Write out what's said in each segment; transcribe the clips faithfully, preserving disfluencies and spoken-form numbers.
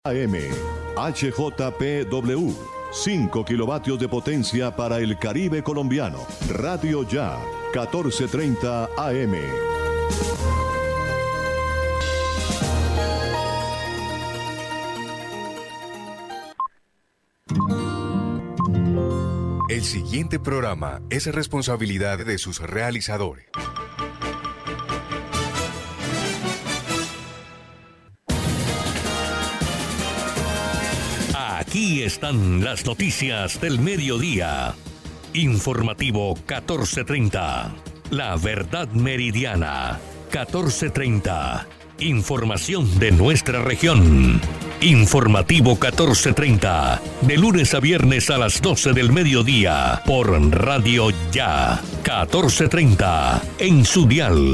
A M, H J P W, cinco kilovatios de potencia para el Caribe colombiano. Radio Ya, catorce treinta A M. El siguiente programa es responsabilidad de sus realizadores. Aquí están las noticias del mediodía. Informativo catorce treinta. La verdad meridiana. catorce treinta. Información de nuestra región. Informativo catorce treinta. De lunes a viernes a las doce del mediodía. Por Radio Ya. catorce treinta. En su dial.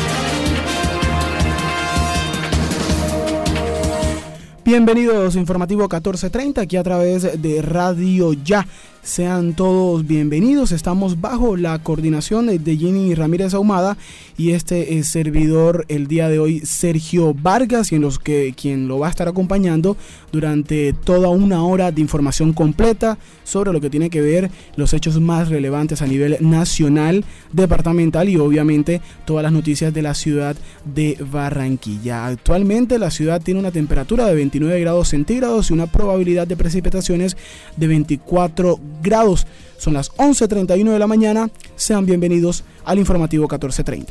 Bienvenidos a Informativo catorce treinta, aquí a través de Radio Ya. Sean todos bienvenidos. Estamos bajo la coordinación de Jenny Ramírez Ahumada y este es servidor el día de hoy, Sergio Vargas, y en los que quien lo va a estar acompañando durante toda una hora de información completa sobre lo que tiene que ver los hechos más relevantes a nivel nacional, departamental y obviamente todas las noticias de la ciudad de Barranquilla. Actualmente la ciudad tiene una temperatura de veintinueve grados centígrados y una probabilidad de precipitaciones de veinticuatro grados. Son las once treinta y uno de la mañana. Sean bienvenidos al Informativo catorce treinta.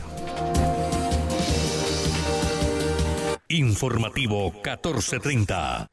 Informativo catorce treinta.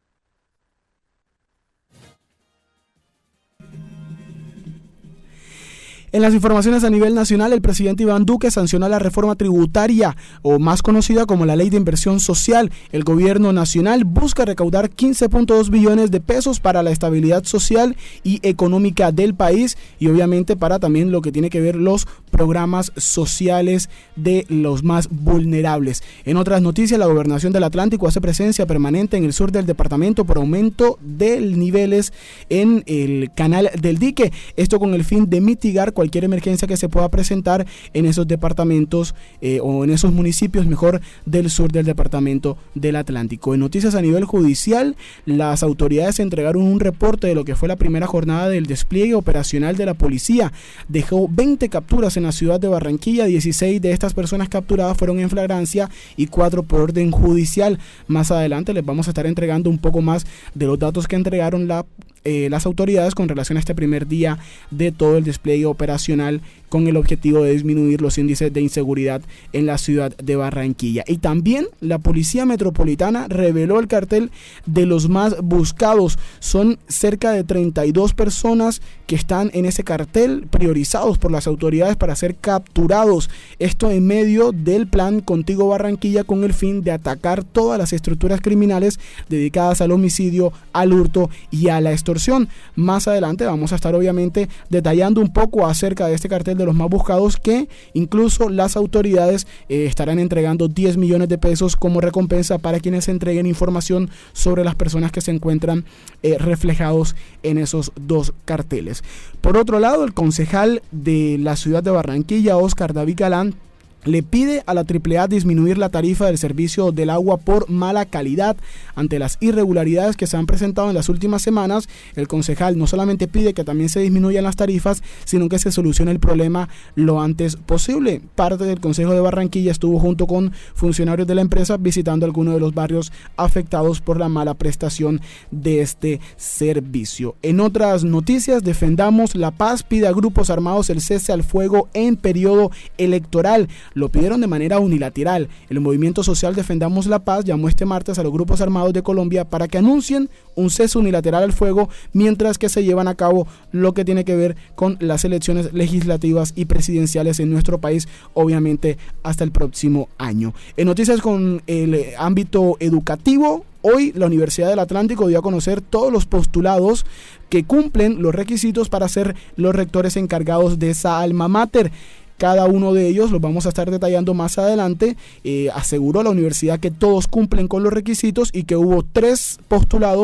En las informaciones a nivel nacional, el presidente Iván Duque sancionó la reforma tributaria, o más conocida como la Ley de Inversión Social. El gobierno nacional busca recaudar quince punto dos billones de pesos para la estabilidad social y económica del país y obviamente para también lo que tiene que ver los programas sociales de los más vulnerables. En otras noticias, la Gobernación del Atlántico hace presencia permanente en el sur del departamento por aumento de niveles en el canal del dique. Esto con el fin de mitigar cualquier cualquier emergencia que se pueda presentar en esos departamentos eh, o en esos municipios, mejor, del sur del departamento del Atlántico. En noticias a nivel judicial, las autoridades entregaron un reporte de lo que fue la primera jornada del despliegue operacional de la policía. Dejó veinte capturas en la ciudad de Barranquilla, dieciséis de estas personas capturadas fueron en flagrancia y cuatro por orden judicial. Más adelante les vamos a estar entregando un poco más de los datos que entregaron la Eh, las autoridades con relación a este primer día de todo el despliegue operacional con el objetivo de disminuir los índices de inseguridad en la ciudad de Barranquilla. Y también la Policía Metropolitana reveló el cartel de los más buscados. Son cerca de treinta y dos personas que están en ese cartel, priorizados por las autoridades para ser capturados. Esto en medio del plan Contigo Barranquilla, con el fin de atacar todas las estructuras criminales dedicadas al homicidio, al hurto y a la extorsión. Más adelante vamos a estar obviamente detallando un poco acerca de este cartel de los más buscados, que incluso las autoridades eh, estarán entregando diez millones de pesos como recompensa para quienes entreguen información sobre las personas que se encuentran eh, reflejados en esos dos carteles. Por otro lado, el concejal de la ciudad de Barranquilla, Oscar David Galán, le pide a la triple A disminuir la tarifa del servicio del agua por mala calidad. Ante las irregularidades que se han presentado en las últimas semanas, el concejal no solamente pide que también se disminuyan las tarifas, sino que se solucione el problema lo antes posible. Parte del Consejo de Barranquilla estuvo junto con funcionarios de la empresa visitando algunos de los barrios afectados por la mala prestación de este servicio. En otras noticias, Defendamos la Paz pide a grupos armados el cese al fuego en periodo electoral. Lo pidieron de manera unilateral. El movimiento social Defendamos la Paz llamó este martes a los grupos armados de Colombia para que anuncien un cese unilateral al fuego mientras que se llevan a cabo lo que tiene que ver con las elecciones legislativas y presidenciales en nuestro país, obviamente hasta el próximo año. En noticias con el ámbito educativo, hoy la Universidad del Atlántico dio a conocer todos los postulados que cumplen los requisitos para ser los rectores encargados de esa alma mater. Cada uno de ellos los vamos a estar detallando más adelante. Eh, aseguró la universidad que todos cumplen con los requisitos y que hubo tres postulados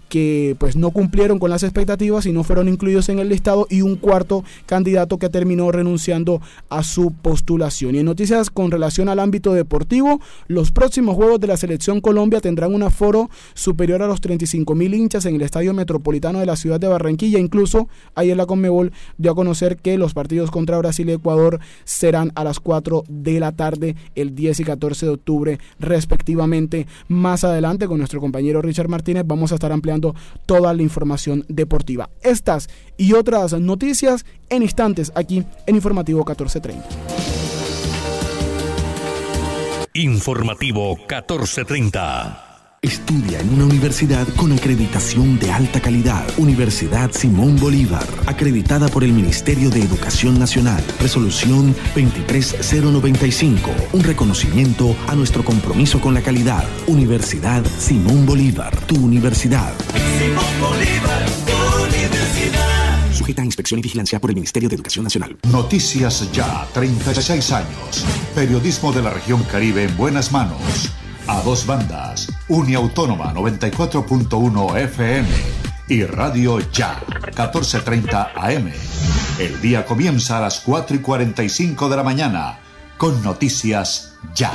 que pues no cumplieron con las expectativas y no fueron incluidos en el listado, y un cuarto candidato que terminó renunciando a su postulación. Y en noticias con relación al ámbito deportivo, los próximos juegos de la Selección Colombia tendrán un aforo superior a los treinta y cinco mil hinchas en el Estadio Metropolitano de la ciudad de Barranquilla. Incluso ayer la Conmebol dio a conocer que los partidos contra Brasil y Ecuador serán a las cuatro de la tarde el diez y catorce de octubre respectivamente. Más adelante con nuestro compañero Richard Martínez vamos a estar ampliando toda la información deportiva. Estas y otras noticias en instantes aquí en Informativo catorce treinta. Informativo catorce treinta. Estudia en una universidad con acreditación de alta calidad. Universidad Simón Bolívar, acreditada por el Ministerio de Educación Nacional. Resolución veintitrés mil noventa y cinco. Un reconocimiento a nuestro compromiso con la calidad. Universidad Simón Bolívar, tu universidad. Simón Bolívar, tu universidad. Sujeta a inspección y vigilancia por el Ministerio de Educación Nacional. Noticias Ya, treinta y seis años. Periodismo de la región Caribe en buenas manos. A dos bandas, Uniautónoma noventa y cuatro punto uno F M y Radio Ya, catorce treinta A M. El día comienza a las cuatro y cuarenta y cinco de la mañana con Noticias Ya.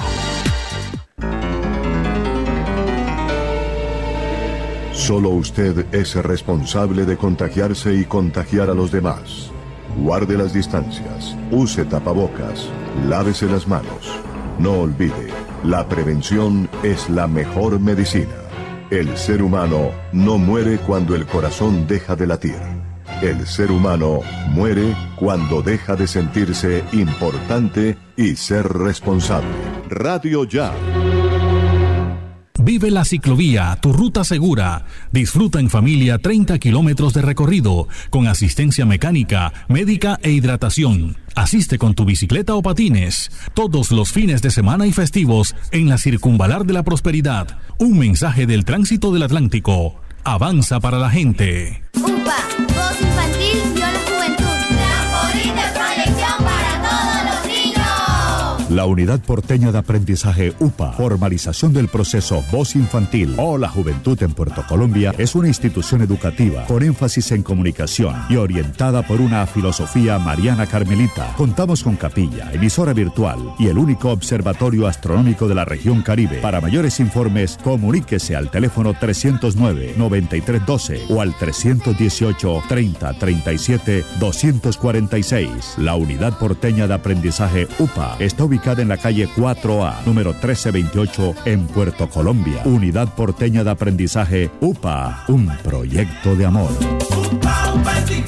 Solo usted es responsable de contagiarse y contagiar a los demás. Guarde las distancias, use tapabocas, lávese las manos. No olvide, la prevención es la mejor medicina. El ser humano no muere cuando el corazón deja de latir. El ser humano muere cuando deja de sentirse importante y ser responsable. Radio Ya. Vive la ciclovía, tu ruta segura. Disfruta en familia treinta kilómetros de recorrido, con asistencia mecánica, médica e hidratación. Asiste con tu bicicleta o patines, todos los fines de semana y festivos en la Circunvalar de la Prosperidad. Un mensaje del Tránsito del Atlántico. Avanza para la gente. U P A, Voz Infantil y la Juventud. Trampolín de proyección para todos los niños. La Unidad Porteña de Aprendizaje U P A, formalización del proceso Voz Infantil o la Juventud en Puerto Colombia, es una institución educativa con énfasis en comunicación y orientada por una filosofía mariana carmelita. Contamos con capilla, emisora virtual y el único observatorio astronómico de la región Caribe. Para mayores informes, comuníquese al teléfono trescientos nueve, noventa y tres doce o al trescientos dieciocho, treinta, treinta y siete, doscientos cuarenta y seis. La Unidad Porteña de Aprendizaje U P A está ubicada en la calle cuatro A, número trece veintiocho, en Puerto Colombia. Unidad Porteña de Aprendizaje U P A, un proyecto de amor. Upa, upa, si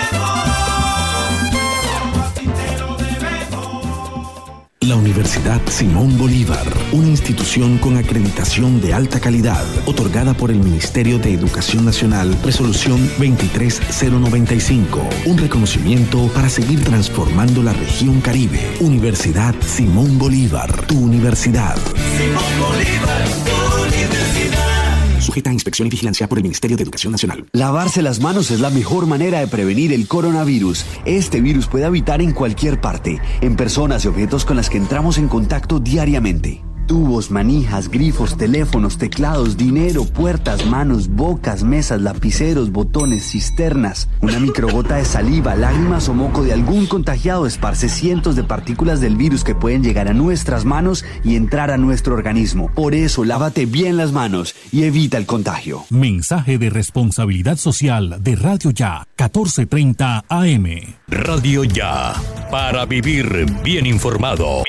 La Universidad Simón Bolívar, una institución con acreditación de alta calidad, otorgada por el Ministerio de Educación Nacional, resolución veintitrés mil noventa y cinco, un reconocimiento para seguir transformando la región Caribe. Universidad Simón Bolívar, tu universidad. Simón Bolívar, tu universidad. Sujeta a inspección y vigilancia por el Ministerio de Educación Nacional. Lavarse las manos es la mejor manera de prevenir el coronavirus. Este virus puede habitar en cualquier parte, en personas y objetos con las que entramos en contacto diariamente. Tubos, manijas, grifos, teléfonos, teclados, dinero, puertas, manos, bocas, mesas, lapiceros, botones, cisternas. Una microgota de saliva, lágrimas o moco de algún contagiado esparce cientos de partículas del virus que pueden llegar a nuestras manos y entrar a nuestro organismo. Por eso, lávate bien las manos y evita el contagio. Mensaje de responsabilidad social de Radio Ya, catorce treinta A M. Radio Ya, para vivir bien informado. Bien informado.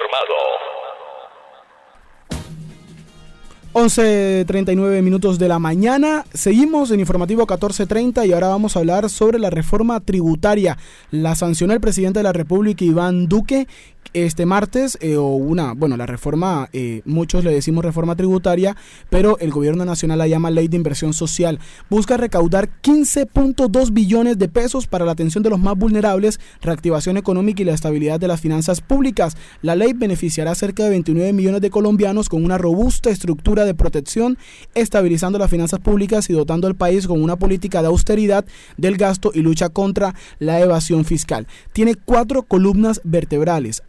once treinta y nueve minutos de la mañana, seguimos en Informativo catorce treinta y ahora vamos a hablar sobre la reforma tributaria. La sancionó el presidente de la República, Iván Duque, este martes, eh, o una, bueno, la reforma, eh, muchos le decimos reforma tributaria, pero el gobierno nacional la llama Ley de Inversión Social. Busca recaudar quince punto dos billones de pesos para la atención de los más vulnerables, reactivación económica y la estabilidad de las finanzas públicas. La ley beneficiará a cerca de veintinueve millones de colombianos con una robusta estructura de protección, estabilizando las finanzas públicas y dotando al país con una política de austeridad del gasto y lucha contra la evasión fiscal. Tiene cuatro columnas vertebrales: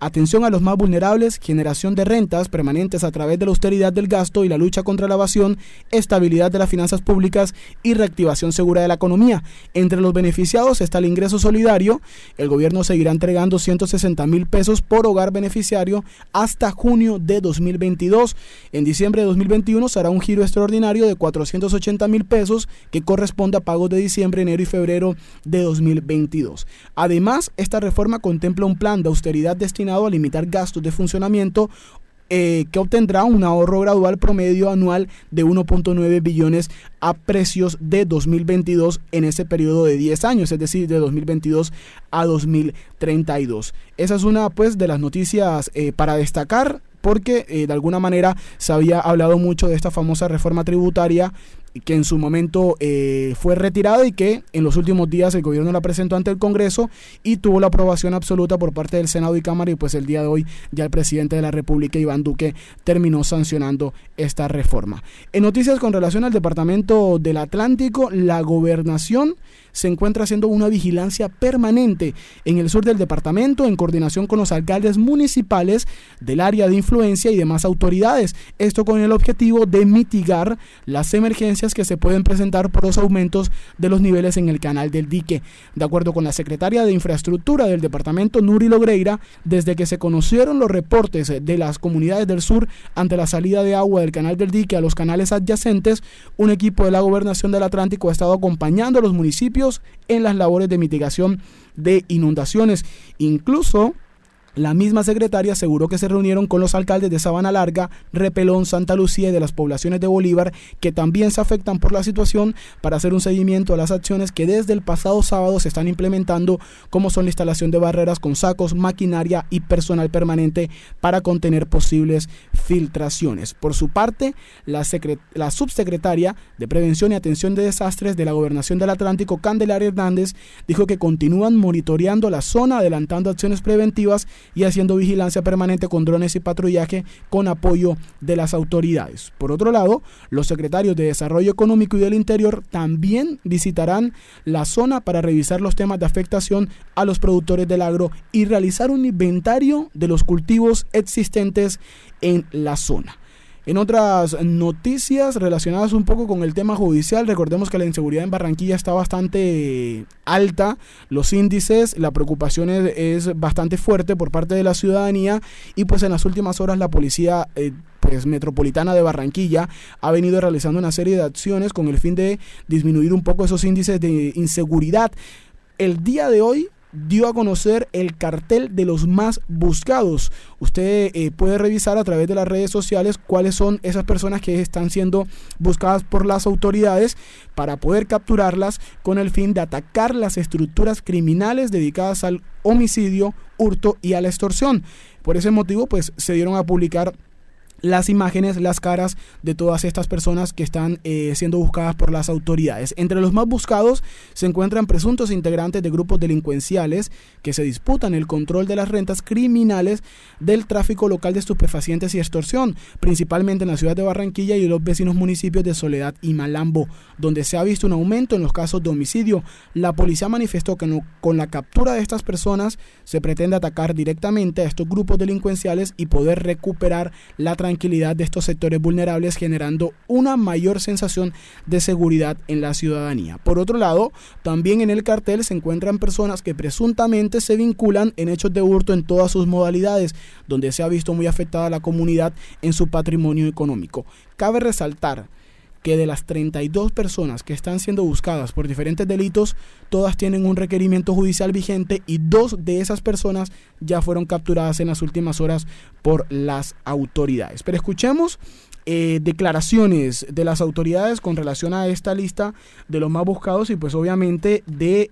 atención a los más vulnerables, generación de rentas permanentes a través de la austeridad del gasto y la lucha contra la evasión, estabilidad de las finanzas públicas y reactivación segura de la economía. Entre los beneficiados está el ingreso solidario. El gobierno seguirá entregando ciento sesenta mil pesos por hogar beneficiario hasta junio de dos mil veintidós. En diciembre de dos mil veintiuno se hará un giro extraordinario de cuatrocientos ochenta mil pesos que corresponde a pagos de diciembre, enero y febrero de dos mil veintidós. Además, esta reforma contempla un plan de austeridad destinado a limitar gastos de funcionamiento Eh, que obtendrá un ahorro gradual promedio anual de uno punto nueve billones a precios de dos mil veintidós en ese periodo de diez años, es decir, de dos mil veintidós a dos mil treinta y dos. Esa es una pues de las noticias eh, para destacar, porque eh, de alguna manera se había hablado mucho de esta famosa reforma tributaria que en su momento eh, fue retirada y que en los últimos días el gobierno la presentó ante el Congreso y tuvo la aprobación absoluta por parte del Senado y Cámara, y pues el día de hoy ya el presidente de la República, Iván Duque, terminó sancionando esta reforma. En noticias con relación al departamento del Atlántico, la gobernación se encuentra haciendo una vigilancia permanente en el sur del departamento en coordinación con los alcaldes municipales del área de influencia y demás autoridades. Esto con el objetivo de mitigar las emergencias que se pueden presentar por los aumentos de los niveles en el canal del dique. De acuerdo con la secretaria de Infraestructura del departamento, Nuri Logreira, desde que se conocieron los reportes de las comunidades del sur ante la salida de agua del canal del dique a los canales adyacentes, un equipo de la Gobernación del Atlántico ha estado acompañando a los municipios en las labores de mitigación de inundaciones. Incluso la misma secretaria aseguró que se reunieron con los alcaldes de Sabana Larga, Repelón, Santa Lucía y de las poblaciones de Bolívar, que también se afectan por la situación, para hacer un seguimiento a las acciones que desde el pasado sábado se están implementando, como son la instalación de barreras con sacos, maquinaria y personal permanente para contener posibles filtraciones. Por su parte, la, secret- la subsecretaria de Prevención y Atención de Desastres de la Gobernación del Atlántico, Candelaria Hernández, dijo que continúan monitoreando la zona, adelantando acciones preventivas y haciendo vigilancia permanente con drones y patrullaje con apoyo de las autoridades. Por otro lado, los secretarios de Desarrollo Económico y del Interior también visitarán la zona para revisar los temas de afectación a los productores del agro y realizar un inventario de los cultivos existentes en la zona. En otras noticias relacionadas un poco con el tema judicial, recordemos que la inseguridad en Barranquilla está bastante alta, los índices, la preocupación es, es bastante fuerte por parte de la ciudadanía, y pues en las últimas horas la policía eh, pues metropolitana de Barranquilla ha venido realizando una serie de acciones con el fin de disminuir un poco esos índices de inseguridad. El día de hoy dio a conocer el cartel de los más buscados. Usted eh, puede revisar a través de las redes sociales cuáles son esas personas que están siendo buscadas por las autoridades para poder capturarlas con el fin de atacar las estructuras criminales dedicadas al homicidio, hurto y a la extorsión. Por ese motivo, pues se dieron a publicar las imágenes, las caras de todas estas personas que están eh, siendo buscadas por las autoridades. Entre los más buscados se encuentran presuntos integrantes de grupos delincuenciales que se disputan el control de las rentas criminales del tráfico local de estupefacientes y extorsión, principalmente en la ciudad de Barranquilla y los vecinos municipios de Soledad y Malambo, donde se ha visto un aumento en los casos de homicidio. La policía manifestó que no, con la captura de estas personas se pretende atacar directamente a estos grupos delincuenciales y poder recuperar la tranquilidad de estos sectores vulnerables, generando una mayor sensación de seguridad en la ciudadanía. Por otro lado, también en el cartel se encuentran personas que presuntamente se vinculan en hechos de hurto en todas sus modalidades, donde se ha visto muy afectada la comunidad en su patrimonio económico. Cabe resaltar que de las treinta y dos personas que están siendo buscadas por diferentes delitos, todas tienen un requerimiento judicial vigente y dos de esas personas ya fueron capturadas en las últimas horas por las autoridades. Pero escuchemos eh, declaraciones de las autoridades con relación a esta lista de los más buscados y pues obviamente de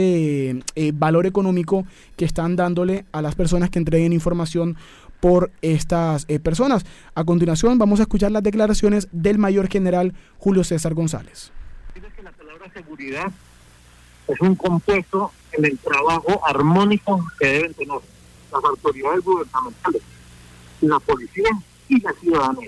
ese eh, valor económico que están dándole a las personas que entreguen información por estas eh, personas. A continuación vamos a escuchar las declaraciones del mayor general Julio César González. Que la palabra seguridad es un compuesto en el trabajo armónico que deben tener las autoridades gubernamentales, la policía y la ciudadanía.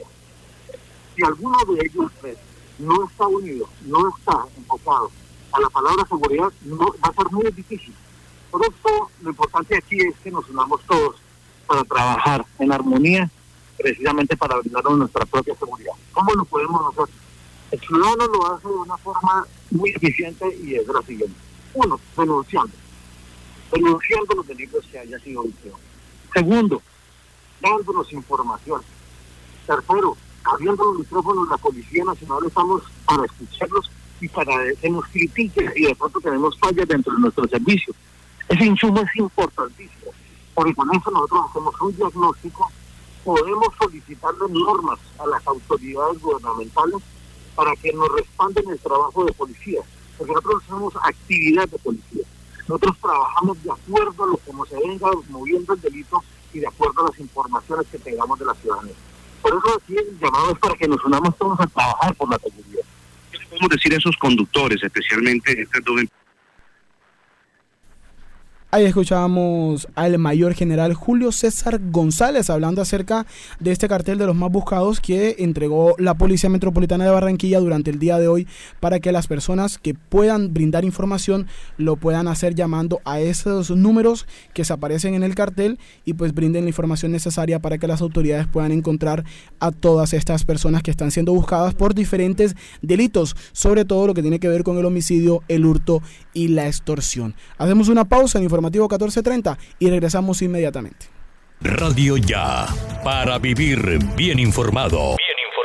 Si alguno de ellos no está unido, no está enfocado a la palabra seguridad, no, va a ser muy difícil. Por eso lo importante aquí es que nos unamos todos para trabajar en armonía, precisamente para brindarnos nuestra propia seguridad. ¿Cómo lo podemos hacer? El ciudadano lo hace de una forma muy eficiente y es la siguiente. Uno, denunciando. Denunciando los delitos que haya sido víctima. Segundo, dándonos información. Tercero, abriendo los micrófonos, la Policía Nacional estamos para escucharlos y para que nos critiquen y de pronto tenemos fallas dentro de nuestro servicio. Ese insumo es importantísimo, porque con eso nosotros hacemos un diagnóstico, podemos solicitarle normas a las autoridades gubernamentales para que nos respalden el trabajo de policía, porque nosotros hacemos actividad de policía. Nosotros trabajamos de acuerdo a lo como se venga moviendo el delito y de acuerdo a las informaciones que tengamos de la ciudadanía. Por eso aquí el llamado es para que nos unamos todos a trabajar por la seguridad. ¿Qué le podemos decir a esos conductores, especialmente estas dos empresas? Ahí escuchábamos al mayor general Julio César González hablando acerca de este cartel de los más buscados que entregó la Policía Metropolitana de Barranquilla durante el día de hoy para que las personas que puedan brindar información lo puedan hacer llamando a esos números que se aparecen en el cartel y pues brinden la información necesaria para que las autoridades puedan encontrar a todas estas personas que están siendo buscadas por diferentes delitos, sobre todo lo que tiene que ver con el homicidio, el hurto y la extorsión. Hacemos una pausa en información catorce treinta y regresamos inmediatamente. Radio Ya, para vivir bien informado.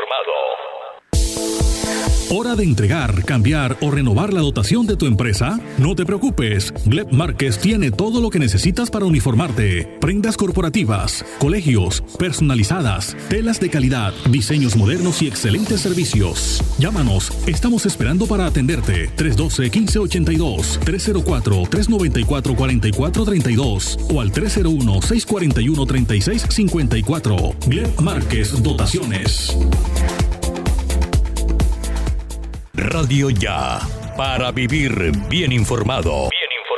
¿Hora de entregar, cambiar o renovar la dotación de tu empresa? No te preocupes, Gleb Márquez tiene todo lo que necesitas para uniformarte. Prendas corporativas, colegios, personalizadas, telas de calidad, diseños modernos y excelentes servicios. Llámanos, estamos esperando para atenderte. tres uno dos, uno cinco ocho dos, tres cero cuatro, tres nueve cuatro, cuatro cuatro tres dos o al tres cero uno, seis cuatro uno, tres seis cinco cuatro. Gleb Márquez Dotaciones. Radio Ya, para vivir bien informado.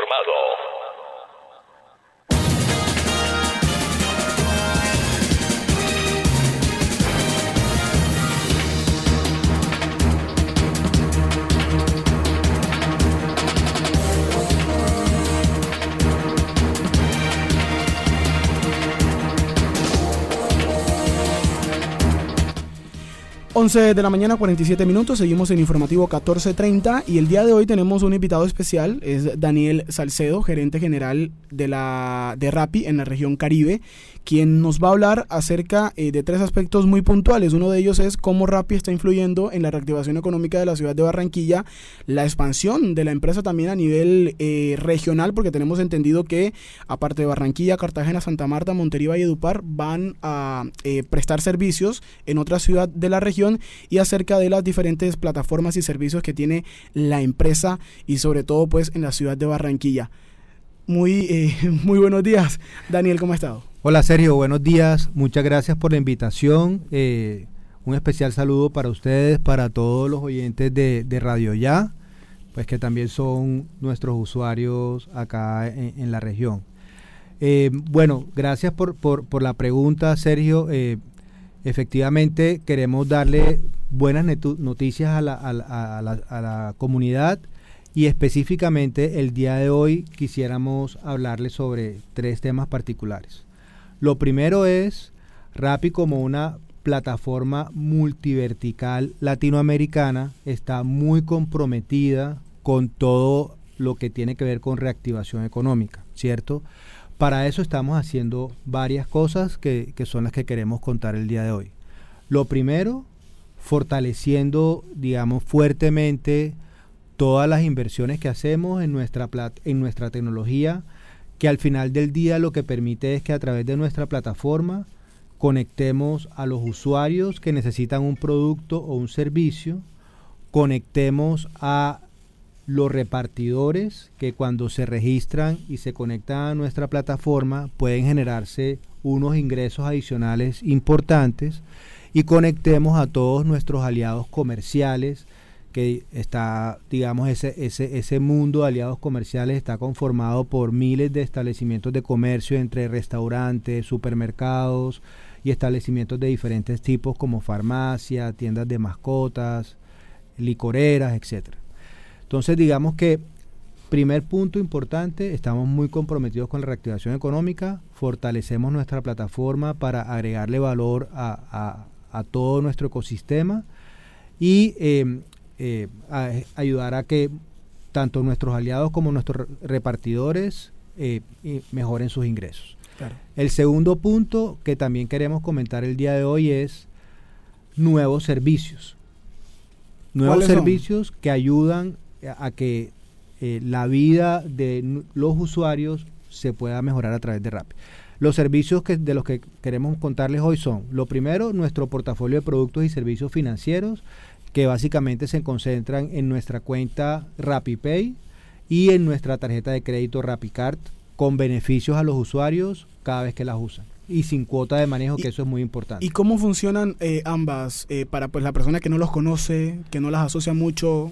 once de la mañana, cuarenta y siete minutos, seguimos en informativo catorce treinta y el día de hoy tenemos un invitado especial, es Daniel Salcedo, gerente general de la de Rappi en la región Caribe, quien nos va a hablar acerca eh, de tres aspectos muy puntuales. Uno de ellos es cómo Rappi está influyendo en la reactivación económica de la ciudad de Barranquilla, la expansión de la empresa también a nivel eh, regional, porque tenemos entendido que aparte de Barranquilla, Cartagena, Santa Marta, Montería y Valledupar van a eh, prestar servicios en otra ciudad de la región, y acerca de las diferentes plataformas y servicios que tiene la empresa y sobre todo pues en la ciudad de Barranquilla. Muy, eh, muy buenos días, Daniel, ¿cómo ha estado? Hola Sergio, buenos días, muchas gracias por la invitación, eh, un especial saludo para ustedes, para todos los oyentes de, de Radio Ya, pues que también son nuestros usuarios acá en, en la región. Eh, bueno, gracias por, por, por la pregunta, Sergio. eh, Efectivamente, queremos darle buenas noticias a la, a, la, a, la, a la comunidad y específicamente el día de hoy quisiéramos hablarles sobre tres temas particulares. Lo primero es Rappi como una plataforma multivertical latinoamericana está muy comprometida con todo lo que tiene que ver con reactivación económica, ¿cierto? Para eso estamos haciendo varias cosas que, que son las que queremos contar el día de hoy. Lo primero, fortaleciendo, digamos, fuertemente todas las inversiones que hacemos en nuestra, plat- en nuestra tecnología, que al final del día lo que permite es que a través de nuestra plataforma conectemos a los usuarios que necesitan un producto o un servicio, conectemos a los repartidores que cuando se registran y se conectan a nuestra plataforma pueden generarse unos ingresos adicionales importantes, y conectemos a todos nuestros aliados comerciales, que está, digamos, ese, ese, ese mundo de aliados comerciales está conformado por miles de establecimientos de comercio entre restaurantes, supermercados y establecimientos de diferentes tipos como farmacia, tiendas de mascotas, licoreras, etcétera. Entonces digamos que primer punto importante, estamos muy comprometidos con la reactivación económica, fortalecemos nuestra plataforma para agregarle valor a, a, a todo nuestro ecosistema y eh, eh, a, ayudar a que tanto nuestros aliados como nuestros repartidores eh, mejoren sus ingresos. Claro. El segundo punto que también queremos comentar el día de hoy es nuevos servicios. Nuevos servicios son? que ayudan a, a que eh, la vida de los usuarios se pueda mejorar a través de Rappi. Los servicios que, de los que queremos contarles hoy son, lo primero, nuestro portafolio de productos y servicios financieros, que básicamente se concentran en nuestra cuenta RappiPay y en nuestra tarjeta de crédito RappiCard, con beneficios a los usuarios cada vez que las usan y sin cuota de manejo, que y, eso es muy importante. ¿Y cómo funcionan eh, ambas eh, para pues la persona que no los conoce, que no las asocia mucho?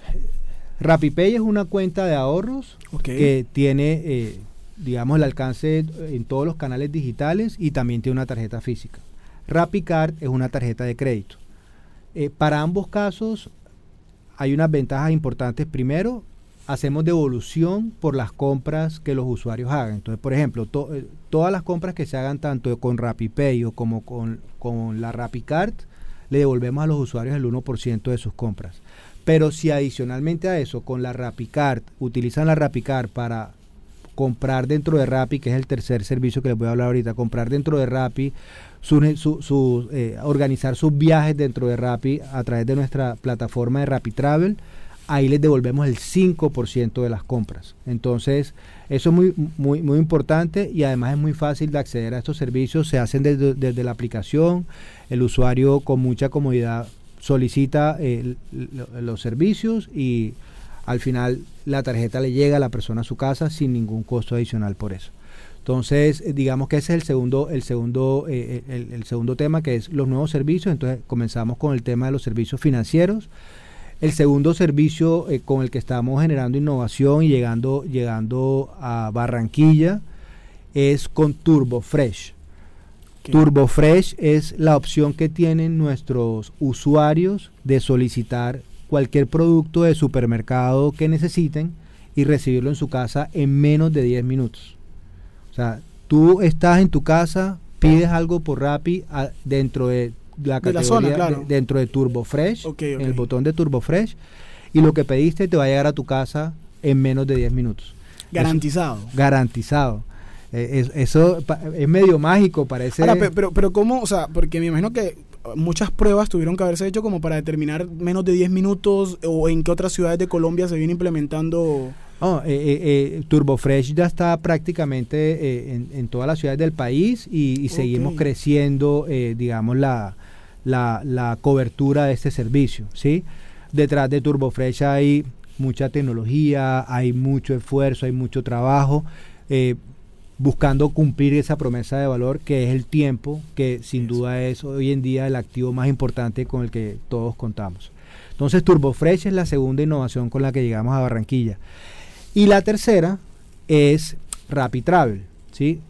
RappiPay es una cuenta de ahorros okay. que tiene, eh, digamos, el alcance en todos los canales digitales y también tiene una tarjeta física. RappiCard es una tarjeta de crédito. Eh, para ambos casos hay unas ventajas importantes. Primero, hacemos devolución por las compras que los usuarios hagan. Entonces, por ejemplo, to, eh, todas las compras que se hagan tanto con RappiPay o como con, con la RappiCard, le devolvemos a los usuarios el uno por ciento de sus compras. Pero si adicionalmente a eso, con la RappiCard, utilizan la RappiCard para comprar dentro de Rappi, que es el tercer servicio que les voy a hablar ahorita, comprar dentro de Rappi, su, su, su, eh, organizar sus viajes dentro de Rappi a través de nuestra plataforma de RappiTravel, ahí les devolvemos el cinco por ciento de las compras. Entonces, eso es muy, muy, muy importante y además es muy fácil de acceder a estos servicios. Se hacen desde, desde la aplicación, el usuario con mucha comodidad solicita eh, los servicios y al final la tarjeta le llega a la persona a su casa sin ningún costo adicional por eso. Entonces, digamos que ese es el segundo, el segundo, eh, el, el segundo tema, que es los nuevos servicios. Entonces, comenzamos con el tema de los servicios financieros. El segundo servicio eh, con el que estamos generando innovación y llegando, llegando a Barranquilla es con TurboFresh. Okay. TurboFresh es la opción que tienen nuestros usuarios de solicitar cualquier producto de supermercado que necesiten y recibirlo en su casa en menos de diez minutos. O sea, tú estás en tu casa, pides algo por Rappi a, dentro de la categoría, de la zona, claro. de, dentro de TurboFresh, okay, okay. en el botón de TurboFresh, y lo que pediste te va a llegar a tu casa en menos de diez minutos. Garantizado. Eso, garantizado. Eh, es, eso pa, es medio mágico, parece. Ahora, pero, pero, pero ¿cómo? O sea, porque me imagino que muchas pruebas tuvieron que haberse hecho como para determinar menos de diez minutos, o en qué otras ciudades de Colombia se viene implementando. Oh, eh, eh, eh, TurboFresh ya está prácticamente eh, en, en todas las ciudades del país y, y okay. seguimos creciendo, eh, digamos, la, la, la cobertura de este servicio, ¿sí? Detrás de TurboFresh hay mucha tecnología, hay mucho esfuerzo, hay mucho trabajo, eh, buscando cumplir esa promesa de valor que es el tiempo, que sin Eso. duda es hoy en día el activo más importante con el que todos contamos. Entonces, TurboFresh es la segunda innovación con la que llegamos a Barranquilla. Y la tercera es RappiTravel, ¿sí?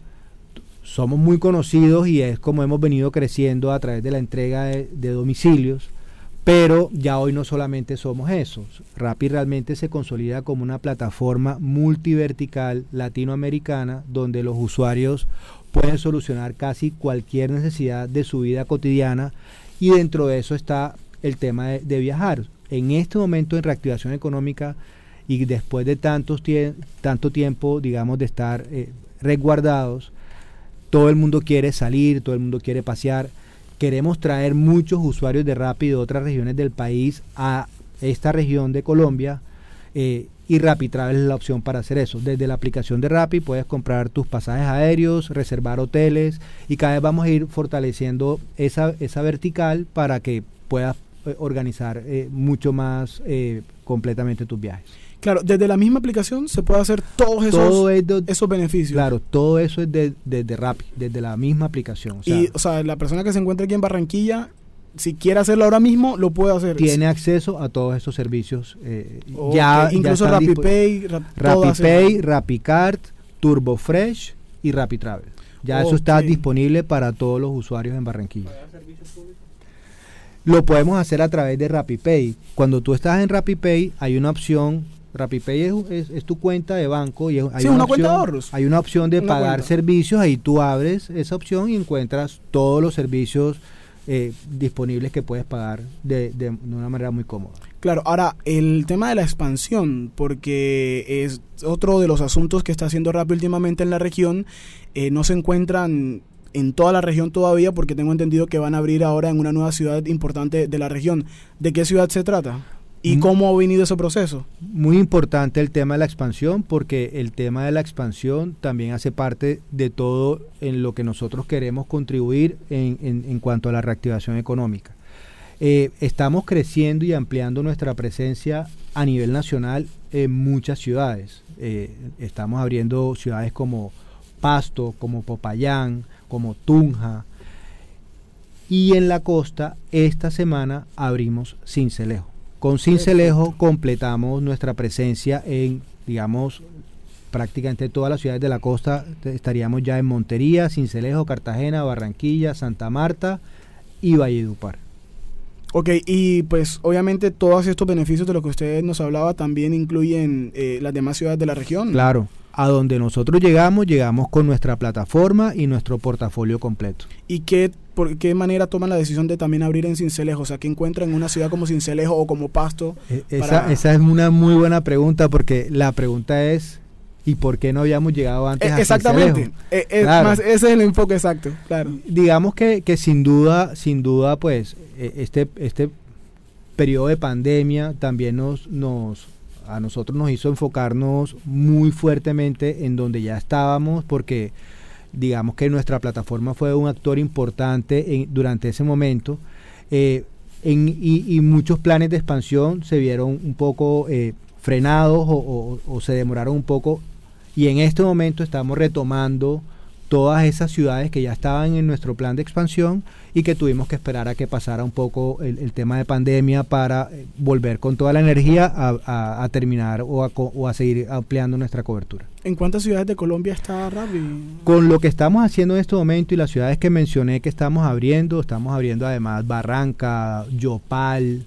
Somos muy conocidos y es como hemos venido creciendo a través de la entrega de, de domicilios, pero ya hoy no solamente somos esos. Rappi realmente se consolida como una plataforma multivertical latinoamericana donde los usuarios pueden solucionar casi cualquier necesidad de su vida cotidiana, y dentro de eso está el tema de, de viajar. En este momento en reactivación económica y después de tantos tie- tanto tiempo, digamos, de estar eh, resguardados, todo el mundo quiere salir, todo el mundo quiere pasear. Queremos traer muchos usuarios de Rappi de otras regiones del país a esta región de Colombia, eh, y RappiTravel es la opción para hacer eso. Desde la aplicación de Rappi puedes comprar tus pasajes aéreos, reservar hoteles, y cada vez vamos a ir fortaleciendo esa, esa vertical para que puedas eh, organizar eh, mucho más eh, completamente tus viajes. Claro, desde la misma aplicación se puede hacer todos esos, todo de, esos beneficios. Claro, todo eso es desde de, de Rappi, desde la misma aplicación. O sea, y, o sea, la persona que se encuentra aquí en Barranquilla, si quiere hacerlo ahora mismo, lo puede hacer. Tiene acceso a todos esos servicios. Eh, okay. ya, Incluso ya RappiPay, Rap, RappiPay, RappiCard, TurboFresh y RappiTravel. Ya okay. eso está disponible para todos los usuarios en Barranquilla. Lo podemos hacer a través de RappiPay. Cuando tú estás en RappiPay, hay una opción RappiPay es, es, es tu cuenta de banco y es, hay sí, una, una opción, cuenta de ahorros. Hay una opción de una pagar cuenta. servicios, ahí tú abres esa opción y encuentras todos los servicios eh, disponibles que puedes pagar de, de, de una manera muy cómoda. Claro, ahora el tema de la expansión, porque es otro de los asuntos que está haciendo Rappi últimamente en la región, eh, no se encuentran en toda la región todavía, porque tengo entendido que van a abrir ahora en una nueva ciudad importante de la región. ¿De qué ciudad se trata? ¿Y mm. cómo ha venido ese proceso? Muy importante el tema de la expansión, porque el tema de la expansión también hace parte de todo en lo que nosotros queremos contribuir en, en, en cuanto a la reactivación económica. Eh, estamos creciendo y ampliando nuestra presencia a nivel nacional en muchas ciudades. Eh, estamos abriendo ciudades como Pasto, como Popayán, como Tunja, y en la costa esta semana abrimos Sincelejo. Con Sincelejo completamos nuestra presencia en, digamos, prácticamente todas las ciudades de la costa. Estaríamos ya en Montería, Sincelejo, Cartagena, Barranquilla, Santa Marta y Valledupar. Ok, y pues obviamente todos estos beneficios de los que usted nos hablaba también incluyen eh, las demás ciudades de la región. Claro, a donde nosotros llegamos, llegamos con nuestra plataforma y nuestro portafolio completo. ¿Y qué, por qué manera toman la decisión de también abrir en Sincelejo? O sea, ¿qué encuentran en una ciudad como Sincelejo o como Pasto? Eh, esa, para... esa es una muy buena pregunta, porque la pregunta es... ¿y por qué no habíamos llegado antes eh, a exactamente, eh, eh, claro. más, ese es el enfoque exacto, claro. Digamos que, que sin duda, sin duda, pues, este, este periodo de pandemia también nos, nos, a nosotros nos hizo enfocarnos muy fuertemente en donde ya estábamos, porque digamos que nuestra plataforma fue un actor importante en, durante ese momento, eh, en, y, y muchos planes de expansión se vieron un poco eh, frenados o, o, o se demoraron un poco. Y en este momento estamos retomando todas esas ciudades que ya estaban en nuestro plan de expansión y que tuvimos que esperar a que pasara un poco el, el tema de pandemia para volver con toda la energía a, a, a terminar o a, o a seguir ampliando nuestra cobertura. ¿En cuántas ciudades de Colombia está Rappi? Con lo que estamos haciendo en este momento y las ciudades que mencioné que estamos abriendo, estamos abriendo además Barranca, Yopal.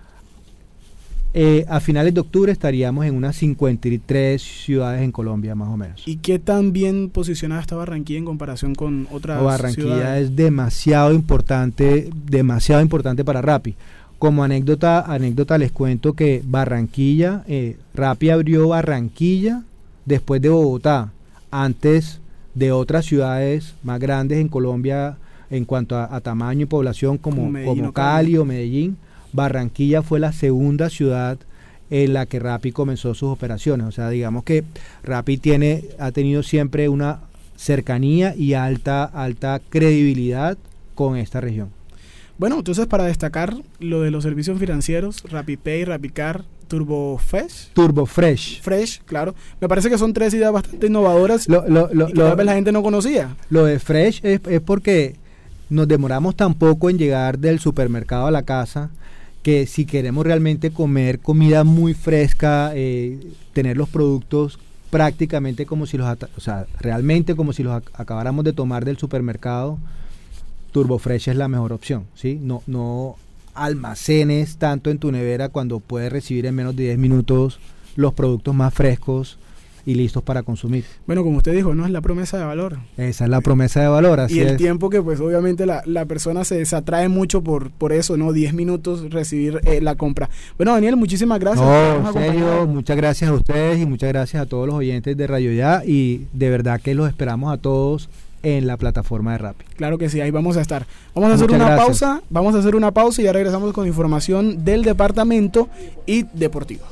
Eh, a finales de octubre estaríamos en unas cincuenta y tres ciudades en Colombia, más o menos. ¿Y qué tan bien posicionada está Barranquilla en comparación con otras ciudades? Barranquilla es demasiado importante, demasiado importante para Rappi. Como anécdota, anécdota les cuento que Barranquilla, eh, Rappi abrió Barranquilla después de Bogotá, antes de otras ciudades más grandes en Colombia en cuanto a, a tamaño y población como, como, Medellín, como Cali o Medellín. Barranquilla fue la segunda ciudad en la que Rappi comenzó sus operaciones. O sea, digamos que Rappi tiene, ha tenido siempre una cercanía y alta, alta credibilidad con esta región. Bueno, entonces para destacar lo de los servicios financieros, RappiPay, RappiCard, TurboFresh. TurboFresh. Fresh, claro. Me parece que son tres ideas bastante innovadoras lo, lo, lo, y que tal vez la gente no conocía. Lo de Fresh es, es porque nos demoramos tan poco en llegar del supermercado a la casa, que si queremos realmente comer comida muy fresca, eh, tener los productos prácticamente como si los, o sea, realmente como si los ac- acabáramos de tomar del supermercado, TurboFresh es la mejor opción, ¿sí? No, no almacenes tanto en tu nevera cuando puedes recibir en menos de diez minutos los productos más frescos y listos para consumir. Bueno, como usted dijo, no es la promesa de valor. Esa es la promesa de valor, así Y el es. tiempo que pues obviamente la, la persona se, se atrae mucho por, por eso, ¿no? diez minutos recibir eh, la compra. Bueno, Daniel, muchísimas gracias. No, en serio, muchas gracias a ustedes y muchas gracias a todos los oyentes de Radio Ya, y de verdad que los esperamos a todos en la plataforma de Rappi. Claro que sí, ahí vamos a estar. Vamos a hacer Muchas una gracias. pausa, vamos a hacer una pausa y ya regresamos con información del departamento y deportiva.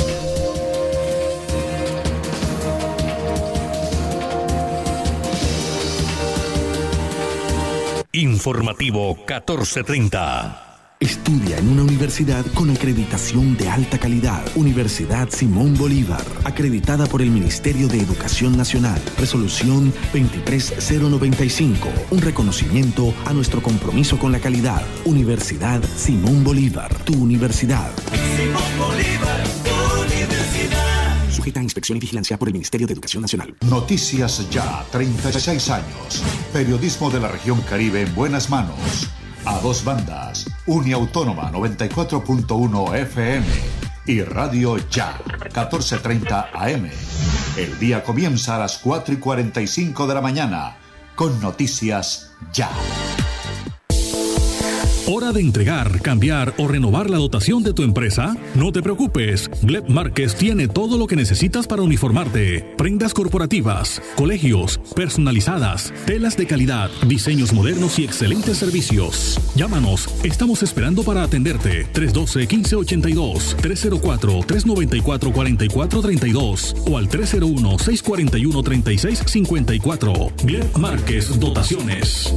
Informativo catorce treinta. Estudia en una universidad con acreditación de alta calidad. Universidad Simón Bolívar, acreditada por el Ministerio de Educación Nacional. Resolución veintitrés mil noventa y cinco. Un reconocimiento a nuestro compromiso con la calidad. Universidad Simón Bolívar, tu universidad. Simón Bolívar, tu universidad. Sujeta a inspección y vigilancia por el Ministerio de Educación Nacional. Noticias Ya, treinta y seis años. Periodismo de la región Caribe en buenas manos. A dos bandas. Uniautónoma noventa y cuatro punto uno F M y Radio Ya, catorce treinta A M. El día comienza a las cuatro y cuarenta y cinco de la mañana con Noticias Ya. ¿Hora de entregar, cambiar o renovar la dotación de tu empresa? No te preocupes, Gleb Márquez tiene todo lo que necesitas para uniformarte. Prendas corporativas, colegios, personalizadas, telas de calidad, diseños modernos y excelentes servicios. Llámanos, estamos esperando para atenderte. tres uno dos, uno cinco ocho dos, tres cero cuatro, tres nueve cuatro, cuatro cuatro tres dos o al tres cero uno, seis cuatro uno, tres seis cinco cuatro. Gleb Márquez Dotaciones.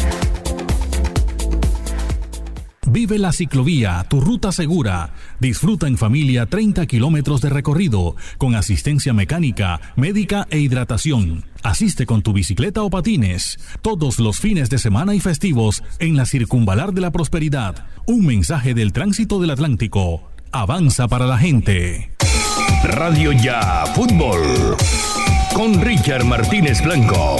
Vive la ciclovía, tu ruta segura. Disfruta en familia treinta kilómetros de recorrido, con asistencia mecánica, médica e hidratación. Asiste con tu bicicleta o patines, todos los fines de semana y festivos en la Circunvalar de la Prosperidad. Un mensaje del Tránsito del Atlántico. Avanza para la gente. Radio Ya Fútbol, con Richard Martínez Blanco.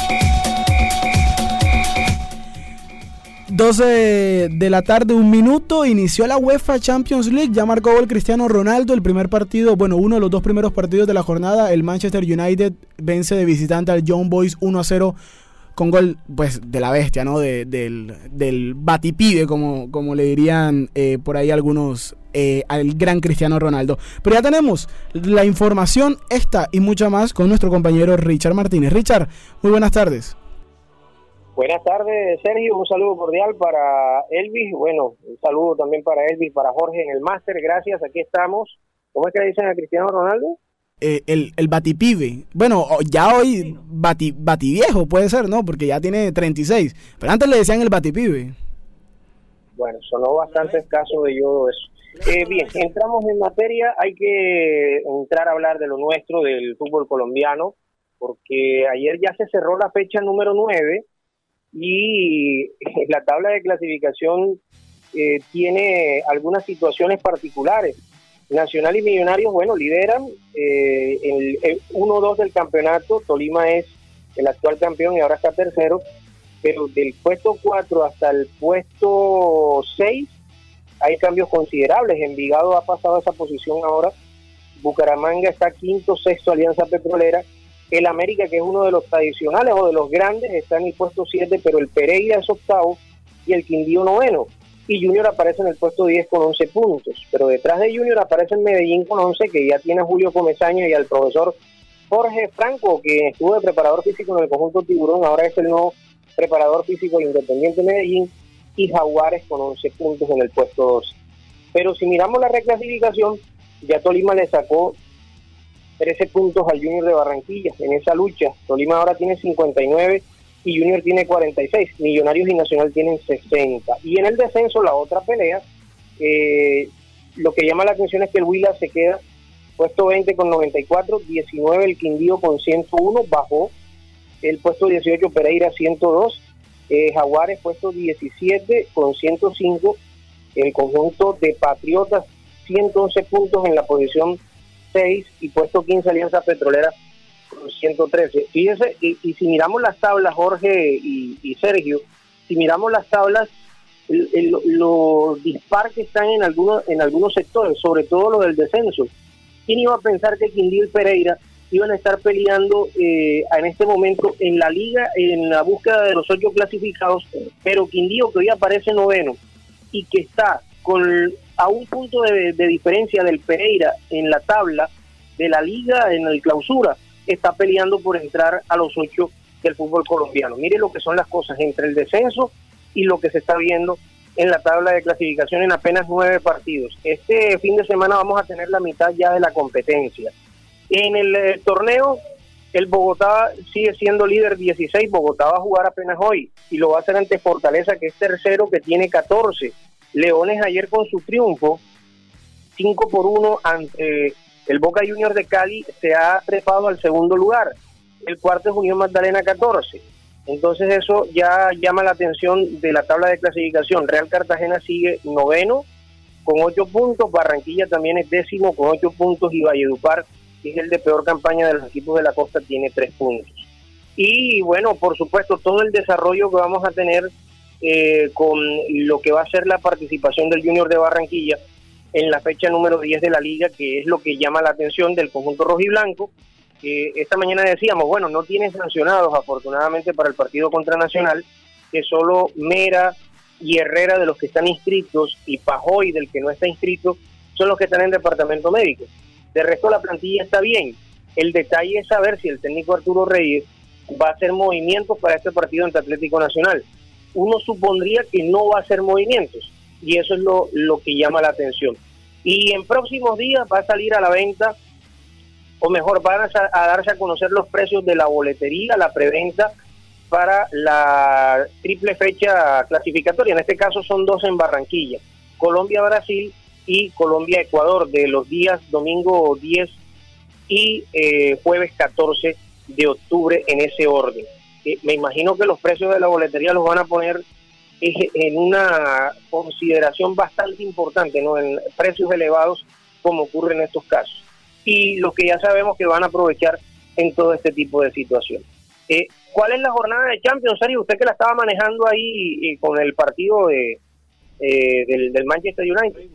doce de la tarde, un minuto, inició la UEFA Champions League, ya marcó gol Cristiano Ronaldo, el primer partido, bueno, uno de los dos primeros partidos de la jornada, el Manchester United vence de visitante al Young Boys uno a cero, con gol, pues, de la bestia, ¿no?, de, del, del batipibe, como, como le dirían eh, por ahí algunos, eh, al gran Cristiano Ronaldo. Pero ya tenemos la información, esta y mucha más, con nuestro compañero Richard Martínez. Richard, muy buenas tardes. Buenas tardes, Sergio, un saludo cordial para Elvis, bueno, un saludo también para Elvis, para Jorge en el máster, gracias, aquí estamos. ¿Cómo es que dicen a Cristiano Ronaldo? Eh, el, el batipibe, bueno, ya hoy bati, bativiejo puede ser, ¿no? Porque ya tiene treinta y seis, pero antes le decían el batipibe. Bueno, sonó bastante escaso de yo eso. Eh, bien, entramos en materia, hay que entrar a hablar de lo nuestro, del fútbol colombiano, porque ayer ya se cerró la fecha número nueve, y la tabla de clasificación eh, tiene algunas situaciones particulares. Nacional y Millonarios, bueno, lideran eh, el, el uno dos del campeonato. Tolima es el actual campeón y ahora está tercero, pero del puesto cuatro hasta el puesto seis hay cambios considerables. Envigado ha pasado a esa posición ahora, Bucaramanga está quinto, sexto Alianza Petrolera. El América, que es uno de los tradicionales o de los grandes, está en el puesto siete, pero el Pereira es octavo y el Quindío noveno. Y Junior aparece en el puesto diez con once puntos. Pero detrás de Junior aparece el Medellín con once, que ya tiene a Julio Comesaña y al profesor Jorge Franco, que estuvo de preparador físico en el conjunto Tiburón, ahora es el nuevo preparador físico del Independiente Medellín, y Jaguares con once puntos en el puesto doce. Pero si miramos la reclasificación, ya Tolima le sacó trece puntos al Junior de Barranquilla en esa lucha. Tolima ahora tiene cincuenta y nueve y Junior tiene cuarenta y seis. Millonarios y Nacional tienen sesenta. Y en el descenso, la otra pelea, eh, lo que llama la atención es que el Huila se queda puesto veinte con noventa y cuatro, diecinueve el Quindío con ciento uno, bajó el puesto dieciocho Pereira ciento dos, eh, Jaguares puesto diecisiete con ciento cinco, el conjunto de Patriotas ciento once puntos en la posición seis y puesto quince Alianza Petrolera con ciento trece. Fíjense, y, y si miramos las tablas, Jorge y, y Sergio, si miramos las tablas, el, el, los dispar que están en algunos en algunos sectores, sobre todo lo del descenso. ¿Quién iba a pensar que Quindío y Pereira iban a estar peleando eh, en este momento en la liga, en la búsqueda de los ocho clasificados, pero Quindío, que hoy aparece noveno y que está con a un punto de, de diferencia del Pereira en la tabla de la liga, en el clausura, está peleando por entrar a los ocho del fútbol colombiano? Mire lo que son las cosas entre el descenso y lo que se está viendo en la tabla de clasificación en apenas nueve partidos. Este fin de semana vamos a tener la mitad ya de la competencia. En el eh, torneo, el Bogotá sigue siendo líder dieciséis, Bogotá va a jugar apenas hoy, y lo va a hacer ante Fortaleza, que es tercero, que tiene catorce. Leones ayer con su triunfo, cinco por uno ante el Boca Juniors de Cali, se ha trepado al segundo lugar. El cuarto es Unión Magdalena, catorce. Entonces eso ya llama la atención de la tabla de clasificación. Real Cartagena sigue noveno con ocho puntos, Barranquilla también es décimo con ocho puntos y Valledupar, que es el de peor campaña de los equipos de la costa, tiene tres puntos. Y bueno, por supuesto, todo el desarrollo que vamos a tener eh, con lo que va a ser la participación del Junior de Barranquilla, en la fecha número diez de la liga, que es lo que llama la atención del conjunto rojiblanco. Eh, esta mañana decíamos, bueno, no tiene sancionados afortunadamente para el partido contra Nacional, que solo Mera y Herrera, de los que están inscritos, y Pajoy, del que no está inscrito, son los que están en departamento médico. De resto la plantilla está bien. El detalle es saber si el técnico Arturo Reyes va a hacer movimientos para este partido ante Atlético Nacional. Uno supondría que no va a hacer movimientos, y eso es lo, lo que llama la atención. Y en próximos días va a salir a la venta, o mejor, van a, a darse a conocer los precios de la boletería, la preventa para la triple fecha clasificatoria. En este caso son dos en Barranquilla, Colombia-Brasil y Colombia-Ecuador, de los días domingo diez y eh, jueves catorce de octubre, en ese orden. Eh, me imagino que los precios de la boletería los van a poner eh, en una consideración bastante importante, ¿no? En precios elevados, como ocurre en estos casos. Y lo que ya sabemos que van a aprovechar en todo este tipo de situaciones. Eh, ¿Cuál es la jornada de Champions, Sergio? Usted que la estaba manejando ahí eh, con el partido de eh, del, del Manchester United.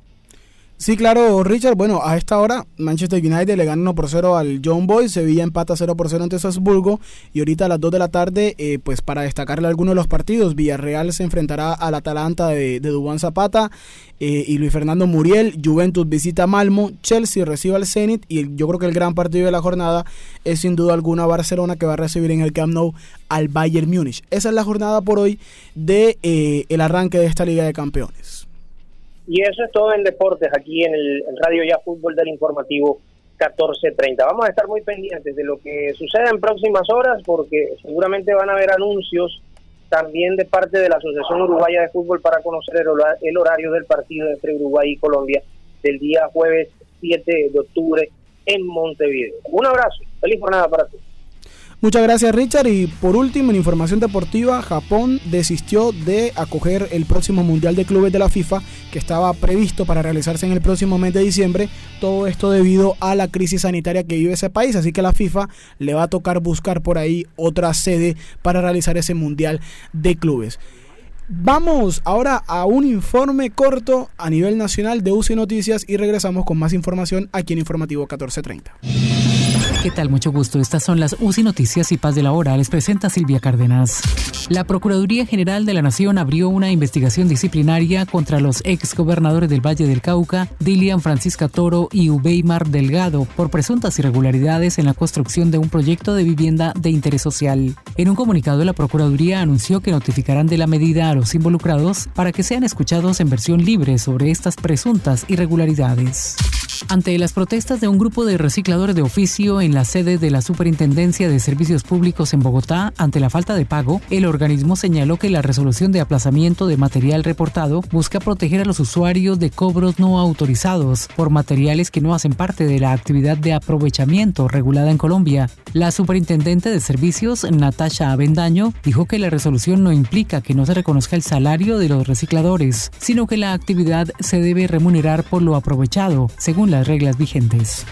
Sí, claro, Richard. Bueno, a esta hora Manchester United le gana uno por cero al Young Boys, Sevilla empata cero por cero ante Salzburgo, y ahorita a las dos de la tarde, eh, pues para destacarle algunos de los partidos, Villarreal se enfrentará al Atalanta de, de Duván Zapata eh, y Luis Fernando Muriel. Juventus visita Malmo, Chelsea recibe al Zenit, y el, yo creo que el gran partido de la jornada es sin duda alguna Barcelona, que va a recibir en el Camp Nou al Bayern Múnich. Esa es la jornada por hoy de eh, el arranque de esta Liga de Campeones. Y eso es todo en deportes, aquí en el en Radio Ya Fútbol del Informativo catorce treinta. Vamos a estar muy pendientes de lo que suceda en próximas horas, porque seguramente van a haber anuncios también de parte de la Asociación Uruguaya de Fútbol para conocer el, hora, el horario del partido entre Uruguay y Colombia del día jueves siete de octubre en Montevideo. Un abrazo, feliz jornada para todos. Muchas gracias, Richard. Y por último, en información deportiva, Japón desistió de acoger el próximo Mundial de Clubes de la FIFA, que estaba previsto para realizarse en el próximo mes de diciembre. Todo esto debido a la crisis sanitaria que vive ese país, así que la FIFA le va a tocar buscar por ahí otra sede para realizar ese Mundial de Clubes. Vamos ahora a un informe corto a nivel nacional de U C I Noticias y regresamos con más información aquí en Informativo catorce treinta. ¿Qué tal? Mucho gusto. Estas son las U C I Noticias y Paz de la Hora. Les presenta Silvia Cárdenas. La Procuraduría General de la Nación abrió una investigación disciplinaria contra los exgobernadores del Valle del Cauca, Dilian Francisca Toro y Ubeimar Delgado, por presuntas irregularidades en la construcción de un proyecto de vivienda de interés social. En un comunicado, la Procuraduría anunció que notificarán de la medida a los involucrados para que sean escuchados en versión libre sobre estas presuntas irregularidades. Ante las protestas de un grupo de recicladores de oficio en la sede de la Superintendencia de Servicios Públicos en Bogotá ante la falta de pago, el organismo señaló que la resolución de aplazamiento de material reportado busca proteger a los usuarios de cobros no autorizados por materiales que no hacen parte de la actividad de aprovechamiento regulada en Colombia. La superintendente de Servicios, Natasha Avendaño, dijo que la resolución no implica que no se reconozca el salario de los recicladores, sino que la actividad se debe remunerar por lo aprovechado, según las reglas vigentes.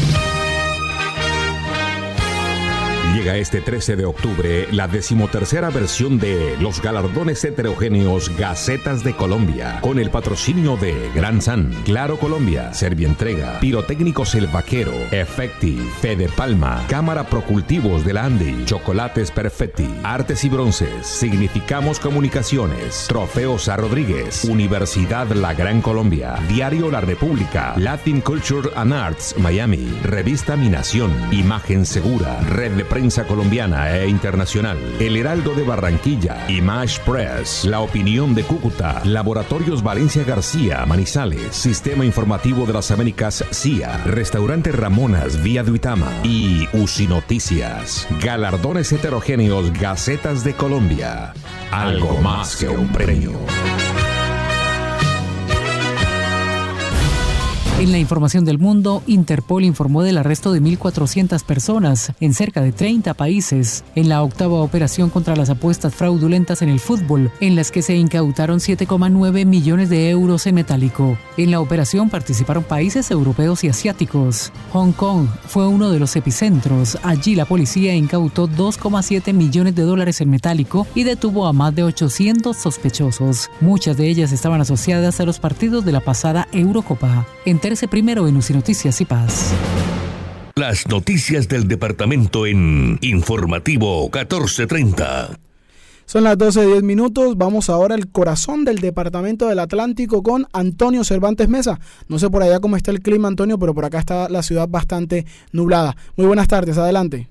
Llega este trece de octubre la decimotercera versión de los galardones heterogéneos Gacetas de Colombia, con el patrocinio de Gran San, Claro Colombia, Servientrega, Pirotécnicos El Vaquero, Efecti, Fede Palma, Cámara Procultivos de la Andi, Chocolates Perfetti, Artes y Bronces, Significamos Comunicaciones, Trofeos a Rodríguez, Universidad La Gran Colombia, Diario La República, Latin Culture and Arts Miami, Revista Mi Nación, Imagen Segura, Red de Prensa Colombiana e Internacional, El Heraldo de Barranquilla, Image Press, La Opinión de Cúcuta, Laboratorios Valencia García, Manizales, Sistema Informativo de las Américas C I A, Restaurante Ramonas Vía Duitama y U C I Noticias. Galardones heterogéneos Gacetas de Colombia. Algo más que un premio. En la información del mundo, Interpol informó del arresto de mil cuatrocientas personas en cerca de treinta países en la octava operación contra las apuestas fraudulentas en el fútbol, en las que se incautaron siete coma nueve millones de euros en metálico. En la operación participaron países europeos y asiáticos. Hong Kong fue uno de los epicentros. Allí la policía incautó dos coma siete millones de dólares en metálico y detuvo a más de ochocientos sospechosos. Muchas de ellas estaban asociadas a los partidos de la pasada Eurocopa. Entérese primero en U C I Noticias y Paz. Las noticias del departamento en Informativo catorce treinta. Son las doce diez minutos. Vamos ahora al corazón del departamento del Atlántico con Antonio Cervantes Mesa. No sé por allá cómo está el clima, Antonio, pero por acá está la ciudad bastante nublada. Muy buenas tardes, adelante.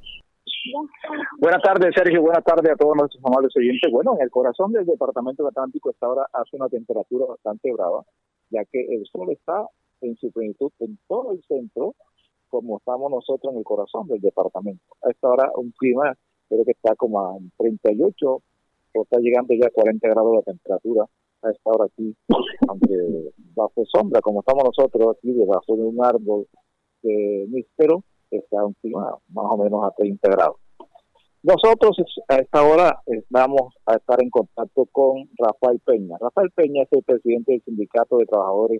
Buenas tardes, Sergio. Buenas tardes a todos nuestros amables oyentes. Bueno, en el corazón del departamento del Atlántico esta hora hace una temperatura bastante brava, ya que el sol está en su plenitud en todo el centro, como estamos nosotros en el corazón del departamento. A esta hora un clima creo que está como a treinta y ocho, o está llegando ya a cuarenta grados la temperatura a esta hora aquí, aunque bajo sombra, como estamos nosotros aquí debajo de un árbol de níspero, está un clima más o menos a treinta grados. Nosotros a esta hora vamos a estar en contacto con Rafael Peña. Rafael Peña es el presidente del Sindicato de Trabajadores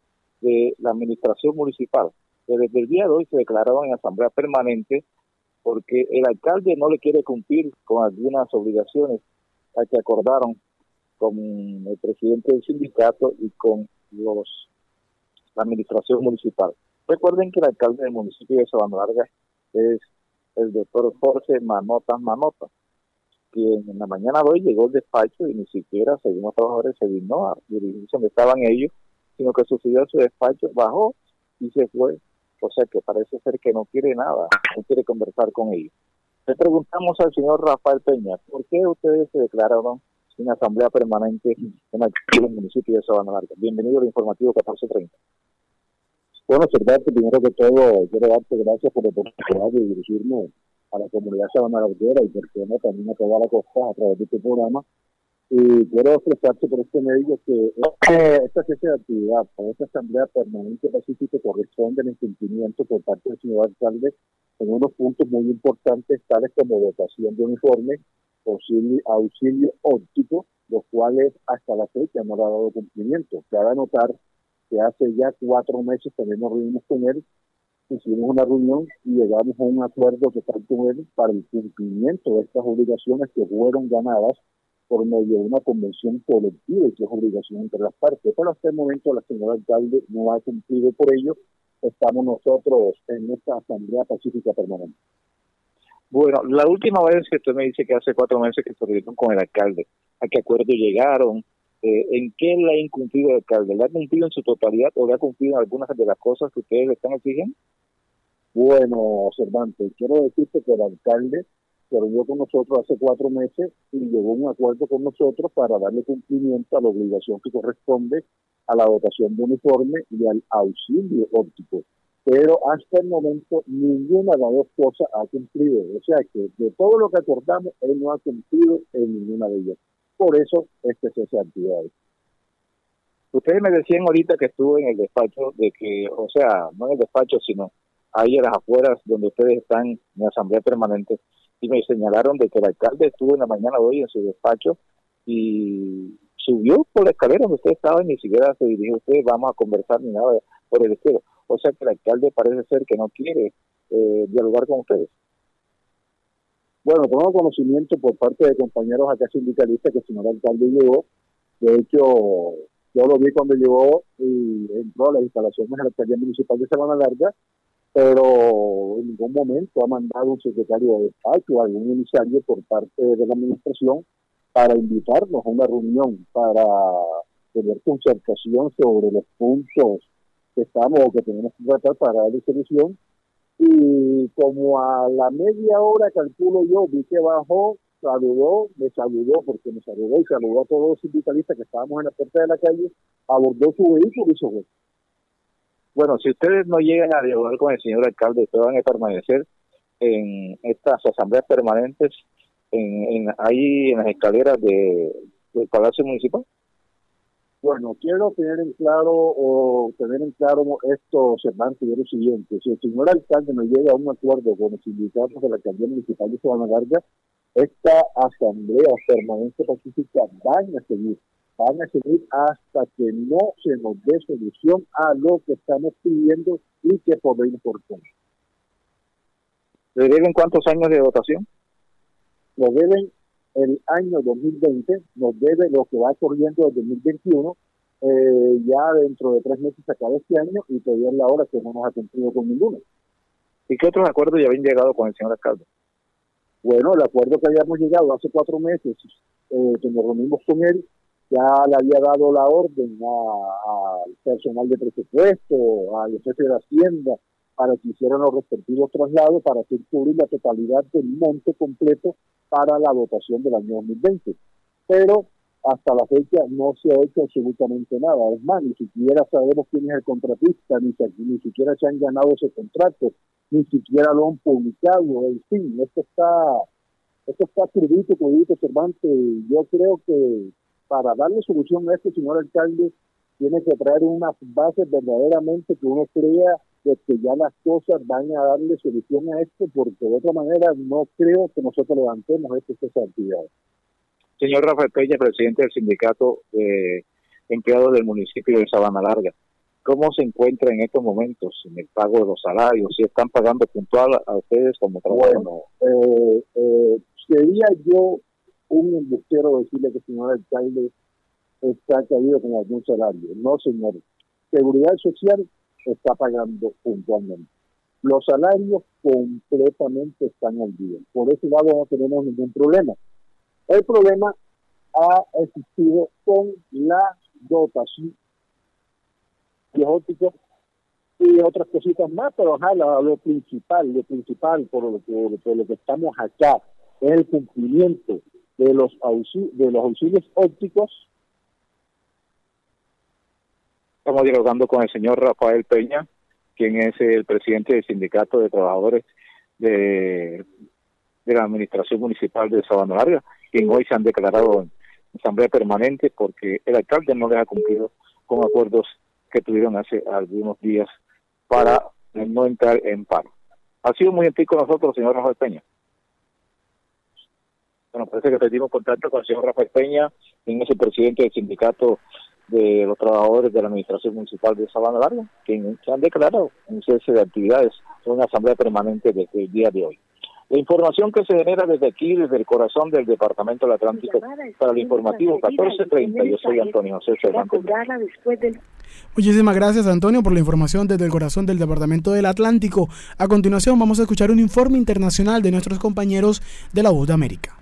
de la Administración Municipal, que desde el día de hoy se declararon en asamblea permanente porque el alcalde no le quiere cumplir con algunas obligaciones a que acordaron con el presidente del sindicato y con los la administración municipal. Recuerden que el alcalde del municipio de Sabana Larga es el doctor Jorge Manotas Manotas, quien en la mañana de hoy llegó al despacho y ni siquiera, según los trabajadores, se dignó a dirigirse donde estaban ellos, sino que sucedió en su despacho, bajó y se fue. O sea que parece ser que no quiere nada, no quiere conversar con ellos. Le preguntamos al señor Rafael Peña, ¿por qué ustedes se declararon en asamblea permanente en el municipio de Sabana Larga? Bienvenido al informativo catorce treinta. Bueno, Cervantes, primero que todo, quiero darte gracias por la oportunidad de dirigirme a la comunidad sabanarguera y por qué no también a toda la costa a través de este programa. Y quiero expresarte por este medio que este, esta especie de actividad, para esta asamblea permanente pacífica, corresponde al incumplimiento por parte del señor alcalde en unos puntos muy importantes, tales como dotación de uniforme, auxilio, auxilio óptico, los cuales hasta la fecha no le ha dado cumplimiento. Cabe notar que hace ya cuatro meses también nos reunimos con él, hicimos una reunión y llegamos a un acuerdo total con él para el cumplimiento de estas obligaciones que fueron ganadas por medio de una convención colectiva y que es obligación entre las partes. Pero hasta el momento la señora alcalde no ha cumplido, por ello estamos nosotros en esta asamblea pacífica permanente. Bueno, la última vez que usted me dice que hace cuatro meses que se reunieron con el alcalde, ¿a qué acuerdo llegaron? Eh, ¿En qué le ha incumplido el alcalde? ¿Le ha cumplido en su totalidad o le ha cumplido en algunas de las cosas que ustedes le están exigiendo? Bueno, Cervantes, quiero decirte que el alcalde se reunió con nosotros hace cuatro meses y llegó a un acuerdo con nosotros para darle cumplimiento a la obligación que corresponde a la dotación de uniforme y al auxilio óptico. Pero hasta el momento ninguna de las dos cosas ha cumplido. O sea que de todo lo que acordamos, él no ha cumplido en ninguna de ellas. Por eso es que se hace actividades. Ustedes me decían ahorita que estuve en el despacho, de que, o sea, no en el despacho, sino ahí a las afueras donde ustedes están en asamblea permanente, y me señalaron de que el alcalde estuvo en la mañana de hoy en su despacho y subió por la escalera donde usted estaba y ni siquiera se dirigió a usted, vamos a conversar ni nada por el estilo. O sea que el alcalde parece ser que no quiere eh, dialogar con ustedes. Bueno, tengo conocimiento por parte de compañeros acá sindicalistas que el señor alcalde llegó. De hecho, yo lo vi cuando llegó y entró a las instalaciones de la alcaldía municipal de Sabana Larga, pero en ningún momento ha mandado un secretario de despacho o algún emisario por parte de la administración para invitarnos a una reunión para tener concertación sobre los puntos que estamos o que tenemos que tratar para darle solución. Y como a la media hora, calculo yo, vi que bajó, saludó, me saludó, porque me saludó y saludó a todos los sindicalistas que estábamos en la puerta de la calle, abordó su vehículo y se fue. Bueno, si ustedes no llegan a dialogar con el señor alcalde, ustedes van a permanecer en estas asambleas permanentes en, en ahí en las escaleras de, del Palacio Municipal. Bueno, quiero tener en claro o tener en claro esto, Cervantes, es lo siguiente. Si el señor alcalde no llega a un acuerdo con los sindicatos de la alcaldía municipal de Sabana Larga, esta asamblea permanente pacífica van a seguir, van a seguir hasta que no se nos dé solución a lo que estamos pidiendo y que por importante. ¿Le deben cuántos años de votación? Nos deben el año dos mil veinte, nos debe lo que va corriendo del dos mil veintiuno, eh, ya dentro de tres meses acaba este año y todavía es la hora que no nos ha cumplido con ninguno. ¿Y qué otros acuerdos ya habían llegado con el señor alcalde? Bueno, el acuerdo que habíamos llegado hace cuatro meses, eh, que nos reunimos con él, ya le había dado la orden al personal de presupuesto, al jefe de Hacienda, para que hicieran los respectivos traslados para hacer cubrir la totalidad del monto completo para la votación del año dos mil veinte. Pero hasta la fecha no se ha hecho absolutamente nada. Es más, ni siquiera sabemos quién es el contratista, ni, ni siquiera se han ganado ese contrato, ni siquiera lo han publicado. En fin, esto está, esto está crudito, crudito, Cervantes. Yo creo que para darle solución a este señor alcalde tiene que traer unas bases verdaderamente que uno crea de que ya las cosas van a darle solución a esto, porque de otra manera no creo que nosotros levantemos estas actividades. Señor Rafael Peña, presidente del sindicato de empleados del municipio de Sabana Larga, ¿cómo se encuentra en estos momentos en el pago de los salarios? ¿Si están pagando puntual a ustedes como trabajadores? Bueno, eh, eh, sería yo un embustero decirle que el señor alcalde está caído con algún salario. No, señor. Seguridad Social está pagando puntualmente. Los salarios completamente están al día. Por ese lado no tenemos ningún problema. El problema ha existido con la dotación de ópticos y otras cositas más, pero ajá, lo, lo principal, lo principal por lo que, por lo que estamos acá es el cumplimiento de los auxilios, de los auxilios ópticos. Estamos dialogando con el señor Rafael Peña, quien es el presidente del Sindicato de Trabajadores de, de la Administración Municipal de Sabana Larga, quien hoy se han declarado en asamblea permanente porque el alcalde no les ha cumplido con acuerdos que tuvieron hace algunos días para no entrar en paro. Ha sido muy gentil con nosotros, señor Rafael Peña. Bueno, parece que perdimos contacto con el señor Rafael Peña, quien es el presidente del Sindicato de los Trabajadores de la Administración Municipal de Sabana Larga, quien se han declarado en cese de actividades en una asamblea permanente desde el día de hoy. La información que se genera desde aquí, desde el corazón del Departamento del Atlántico, para el informativo catorce treinta, yo soy Antonio José Cervantes. Muchísimas gracias, Antonio, por la información desde el corazón del Departamento del Atlántico. A continuación vamos a escuchar un informe internacional de nuestros compañeros de La Voz de América.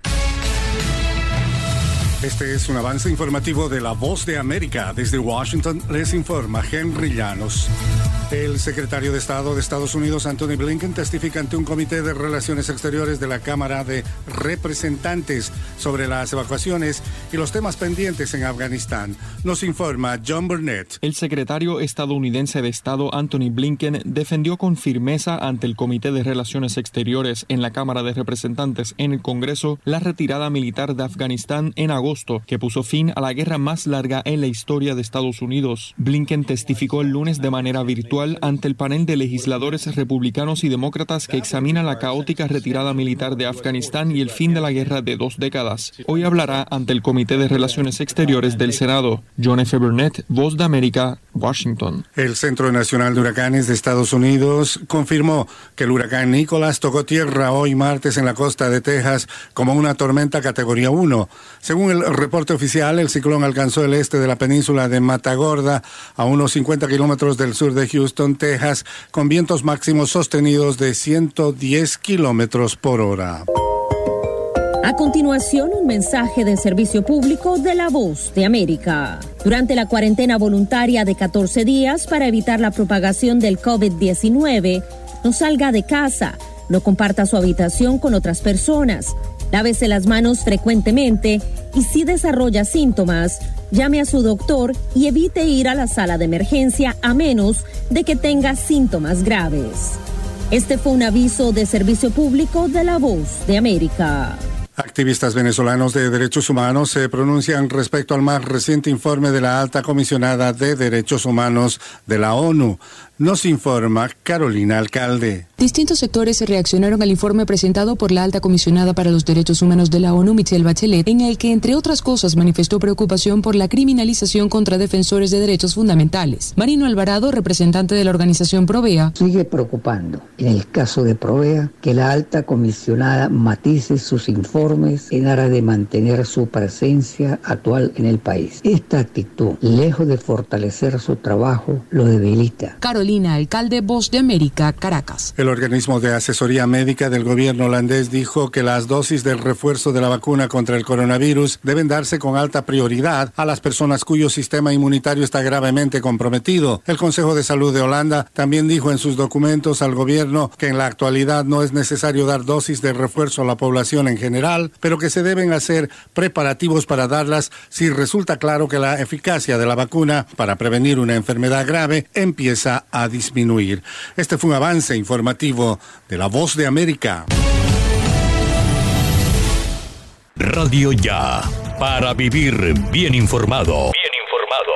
Este es un avance informativo de La Voz de América. Desde Washington les informa Henry Llanos. El secretario de Estado de Estados Unidos, Anthony Blinken, testifica ante un comité de Relaciones Exteriores de la Cámara de Representantes sobre las evacuaciones y los temas pendientes en Afganistán. Nos informa John Burnett. El secretario estadounidense de Estado, Anthony Blinken, defendió con firmeza ante el Comité de Relaciones Exteriores en la Cámara de Representantes en el Congreso la retirada militar de Afganistán en agosto, que puso fin a la guerra más larga en la historia de Estados Unidos. Blinken testificó el lunes de manera virtual ante el panel de legisladores republicanos y demócratas que examina la caótica retirada militar de Afganistán y el fin de la guerra de dos décadas. Hoy hablará ante el Comité de Relaciones Exteriores del Senado. John F. Burnett, Voz de América, Washington. El Centro Nacional de Huracanes de Estados Unidos confirmó que el huracán Nicholas tocó tierra hoy martes en la costa de Texas como una tormenta categoría uno. Según el reporte oficial, el ciclón alcanzó el este de la península de Matagorda, a unos cincuenta kilómetros del sur de Houston, Texas, con vientos máximos sostenidos de ciento diez kilómetros por hora. A continuación, un mensaje de servicio público de La Voz de América. Durante la cuarentena voluntaria de catorce días para evitar la propagación del COVID diecinueve, no salga de casa, no comparta su habitación con otras personas, lávese las manos frecuentemente y si desarrolla síntomas, llame a su doctor y evite ir a la sala de emergencia a menos de que tenga síntomas graves. Este fue un aviso de servicio público de La Voz de América. Activistas venezolanos de derechos humanos se pronuncian respecto al más reciente informe de la Alta Comisionada de Derechos Humanos de la ONU. Nos informa Carolina Alcalde. Distintos sectores reaccionaron al informe presentado por la Alta Comisionada para los Derechos Humanos de la ONU, Michelle Bachelet, en el que, entre otras cosas, manifestó preocupación por la criminalización contra defensores de derechos fundamentales. Marino Alvarado, representante de la organización Provea, sigue preocupando, en el caso de Provea, que la Alta Comisionada matice sus informes en aras de mantener su presencia actual en el país. Esta actitud, lejos de fortalecer su trabajo, lo debilita. Carolina Alcalde, Voz de América, Caracas. El organismo de asesoría médica del gobierno holandés dijo que las dosis del refuerzo de la vacuna contra el coronavirus deben darse con alta prioridad a las personas cuyo sistema inmunitario está gravemente comprometido. El Consejo de Salud de Holanda también dijo en sus documentos al gobierno que en la actualidad no es necesario dar dosis de refuerzo a la población en general, pero que se deben hacer preparativos para darlas si resulta claro que la eficacia de la vacuna para prevenir una enfermedad grave empieza a disminuir. Este fue un avance informativo de La Voz de América. Radio Ya, para vivir bien informado. Bien informado.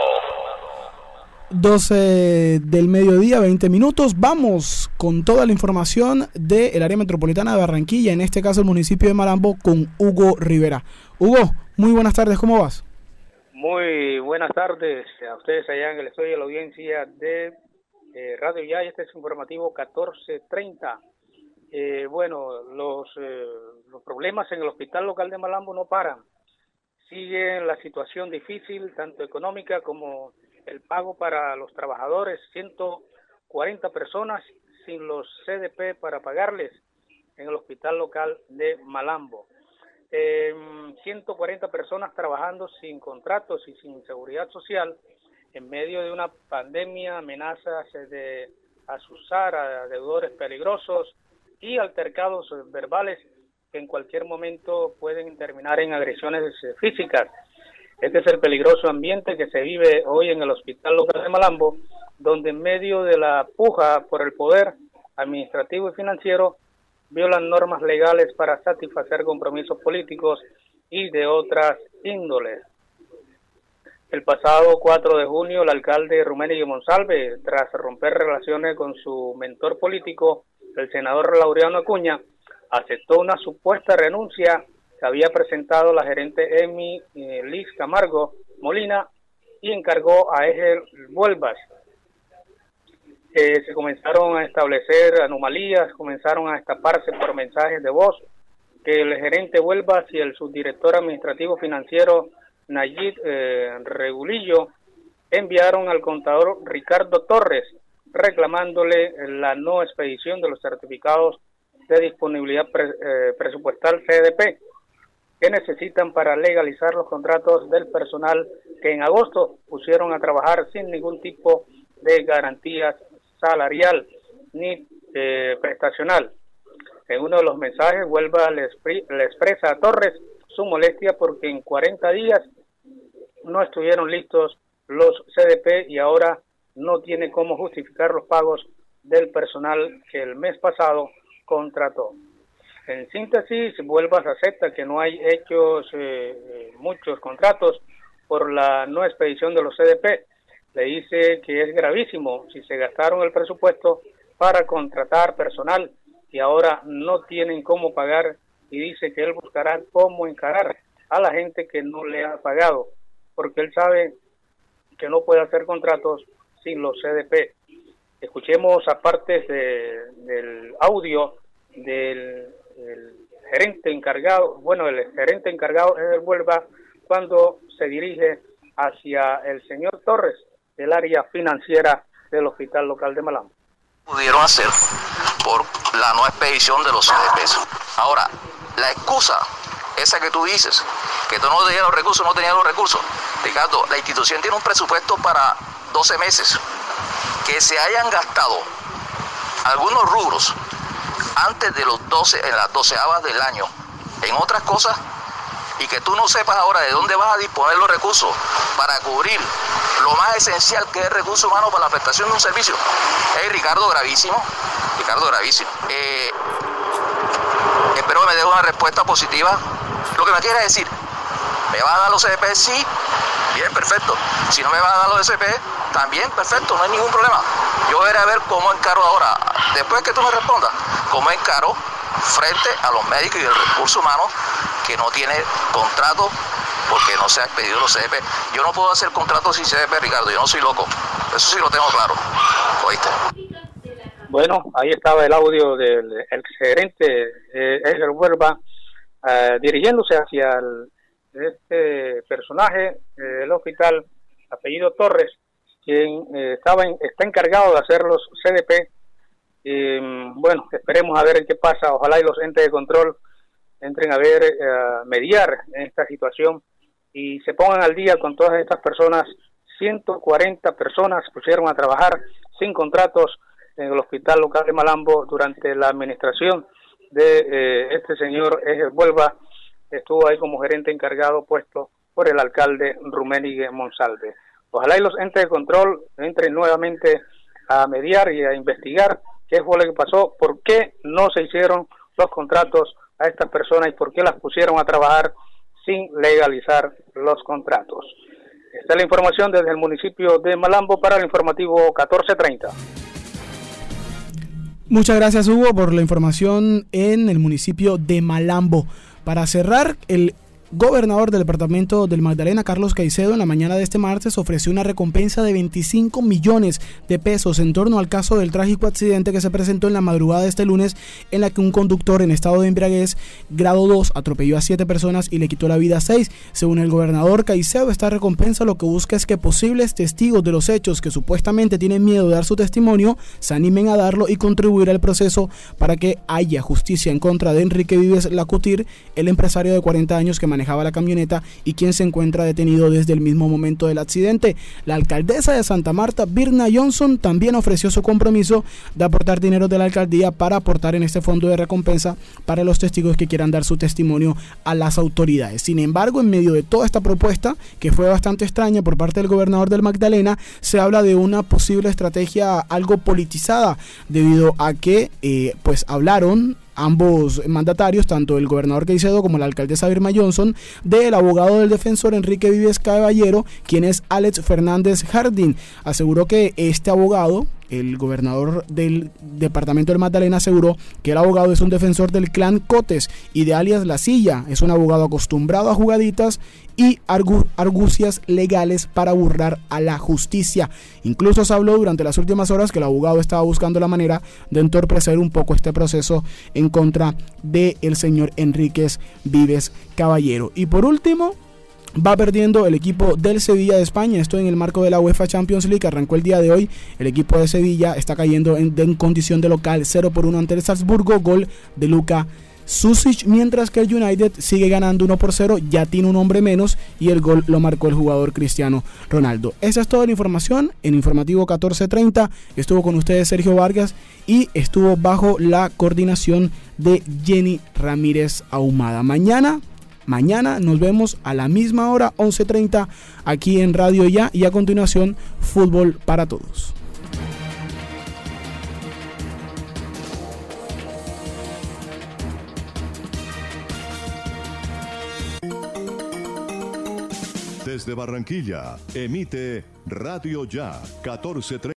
doce del mediodía, veinte minutos. Vamos con toda la información del área metropolitana de Barranquilla, en este caso el municipio de Malambo, con Hugo Rivera. Hugo, muy buenas tardes, ¿cómo vas? Muy buenas tardes a ustedes allá en el estudio de la audiencia de eh, Radio Ya, y este es informativo catorce treinta. Eh, bueno, los, eh, los problemas en el hospital local de Malambo no paran. Sigue la situación difícil, tanto económica como el pago para los trabajadores. ciento cuarenta personas sin los C D P para pagarles en el hospital local de Malambo. Eh, ciento cuarenta personas trabajando sin contratos y sin seguridad social en medio de una pandemia, amenazas de asusar a deudores peligrosos y altercados verbales que en cualquier momento pueden terminar en agresiones físicas. Este es el peligroso ambiente que se vive hoy en el hospital local de Malambo, donde en medio de la puja por el poder administrativo y financiero violan normas legales para satisfacer compromisos políticos y de otras índoles. El pasado cuatro de junio, el alcalde Ruméniguez Monsalve, tras romper relaciones con su mentor político, el senador Laureano Acuña, aceptó una supuesta renuncia que había presentado la gerente Emi eh, Liz Camargo Molina y encargó a Egel Vuelvas. Eh, se comenzaron a establecer anomalías, comenzaron a destaparse por mensajes de voz que el gerente Vuelvas y el subdirector administrativo financiero Nayib eh, Regulillo enviaron al contador Ricardo Torres reclamándole la no expedición de los certificados de disponibilidad pre, eh, presupuestal C D P que necesitan para legalizar los contratos del personal que en agosto pusieron a trabajar sin ningún tipo de garantía salarial ni eh, prestacional. En uno de los mensajes, Huelva le, le expresa a Torres su molestia porque en cuarenta días no estuvieron listos los C D P y ahora no tiene cómo justificar los pagos del personal que el mes pasado contrató. En síntesis, Vuelvas acepta que no hay hechos eh, muchos contratos por la no expedición de los C D P. Le dice que es gravísimo si se gastaron el presupuesto para contratar personal y ahora no tienen cómo pagar, y dice que él buscará cómo encarar a la gente que no le ha pagado, porque él sabe que no puede hacer contratos sin los C D P. Escuchemos aparte de, del audio del el gerente encargado, bueno, el gerente encargado es el Huelva, cuando se dirige hacia el señor Torres del área financiera del hospital local de Malambo. Pudieron hacer por la no expedición de los C D Ps. Ahora, la excusa esa que tú dices, que tú no tenías los recursos, no tenías los recursos. Ricardo, la institución tiene un presupuesto para doce meses. Que se hayan gastado algunos rubros antes de los doce, en las doceavas del año, en otras cosas, y que tú no sepas ahora de dónde vas a disponer los recursos para cubrir lo más esencial, que es el recurso humano para la prestación de un servicio. Es Ricardo, gravísimo, Ricardo, gravísimo. Eh, espero que me dé una respuesta positiva Lo que me quiere decir, ¿me va a dar los C D P? Sí, bien, perfecto. Si no me va a dar los C D P, también, perfecto, no hay ningún problema. Yo veré a ver cómo encaro ahora, después que tú me respondas, cómo encaro frente a los médicos y el recurso humano que no tiene contrato porque no se ha expedido los C D P. Yo no puedo hacer contratos sin C D P, Ricardo, yo no soy loco. Eso sí lo tengo claro. ¿Oíste? Bueno, ahí estaba el audio del ex gerente eh, Edgar Huelva eh, dirigiéndose hacia el, este personaje eh, del hospital, apellido Torres, quien eh, estaba en, está encargado de hacer los C D P. Y, bueno, esperemos a ver qué pasa. Ojalá y los entes de control entren a ver, eh, a mediar en esta situación y se pongan al día con todas estas personas. ciento cuarenta personas pusieron a trabajar sin contratos en el hospital local de Malambo durante la administración de eh, este señor Eger Huelva. Estuvo ahí como gerente encargado puesto por el alcalde Ruménigue Monsalve. Ojalá y los entes de control entren nuevamente a mediar y a investigar qué fue lo que pasó, por qué no se hicieron los contratos a estas personas y por qué las pusieron a trabajar sin legalizar los contratos. Esta es la información desde el municipio de Malambo para el informativo catorce treinta. Muchas gracias, Hugo, por la información en el municipio de Malambo. Para cerrar, el gobernador del departamento del Magdalena, Carlos Caicedo, en la mañana de este martes ofreció una recompensa de veinticinco millones de pesos en torno al caso del trágico accidente que se presentó en la madrugada de este lunes, en la que un conductor en estado de embriaguez grado dos atropelló a siete personas y le quitó la vida a seis. Según el gobernador Caicedo, esta recompensa lo que busca es que posibles testigos de los hechos que supuestamente tienen miedo de dar su testimonio se animen a darlo y contribuir al proceso para que haya justicia en contra de Enrique Vives Lacutir, el empresario de cuarenta años que manejaba la camioneta y quien se encuentra detenido desde el mismo momento del accidente. La alcaldesa de Santa Marta, Birna Johnson, también ofreció su compromiso de aportar dinero de la alcaldía para aportar en este fondo de recompensa para los testigos que quieran dar su testimonio a las autoridades. Sin embargo, en medio de toda esta propuesta, que fue bastante extraña por parte del gobernador del Magdalena, se habla de una posible estrategia algo politizada, debido a que eh, pues hablaron ambos mandatarios, tanto el gobernador Caicedo como la alcaldesa Birma Johnson, del abogado del defensor Enrique Vives Caballero, quien es Alex Fernández Jardín. Aseguró que este abogado, el gobernador del departamento del Magdalena, aseguró que el abogado es un defensor del clan Cotes y de alias La Silla. Es un abogado acostumbrado a jugaditas y argu- argucias legales para burlar a la justicia. Incluso se habló durante las últimas horas que el abogado estaba buscando la manera de entorpecer un poco este proceso en contra del señor Enríquez Vives Caballero. Y por último, va perdiendo el equipo del Sevilla de España, esto en el marco de la UEFA Champions League, arrancó el día de hoy. El equipo de Sevilla está cayendo en, en condición de local cero por uno ante el Salzburgo, gol de Luka Susic, mientras que el United sigue ganando uno por cero, ya tiene un hombre menos y el gol lo marcó el jugador Cristiano Ronaldo. Esa es toda la información en Informativo catorce treinta. Estuvo con ustedes Sergio Vargas y estuvo bajo la coordinación de Jenny Ramírez Ahumada. Mañana Mañana nos vemos a la misma hora, once treinta, aquí en Radio Ya, y a continuación, Fútbol para Todos. Desde Barranquilla, emite Radio Ya, catorce treinta.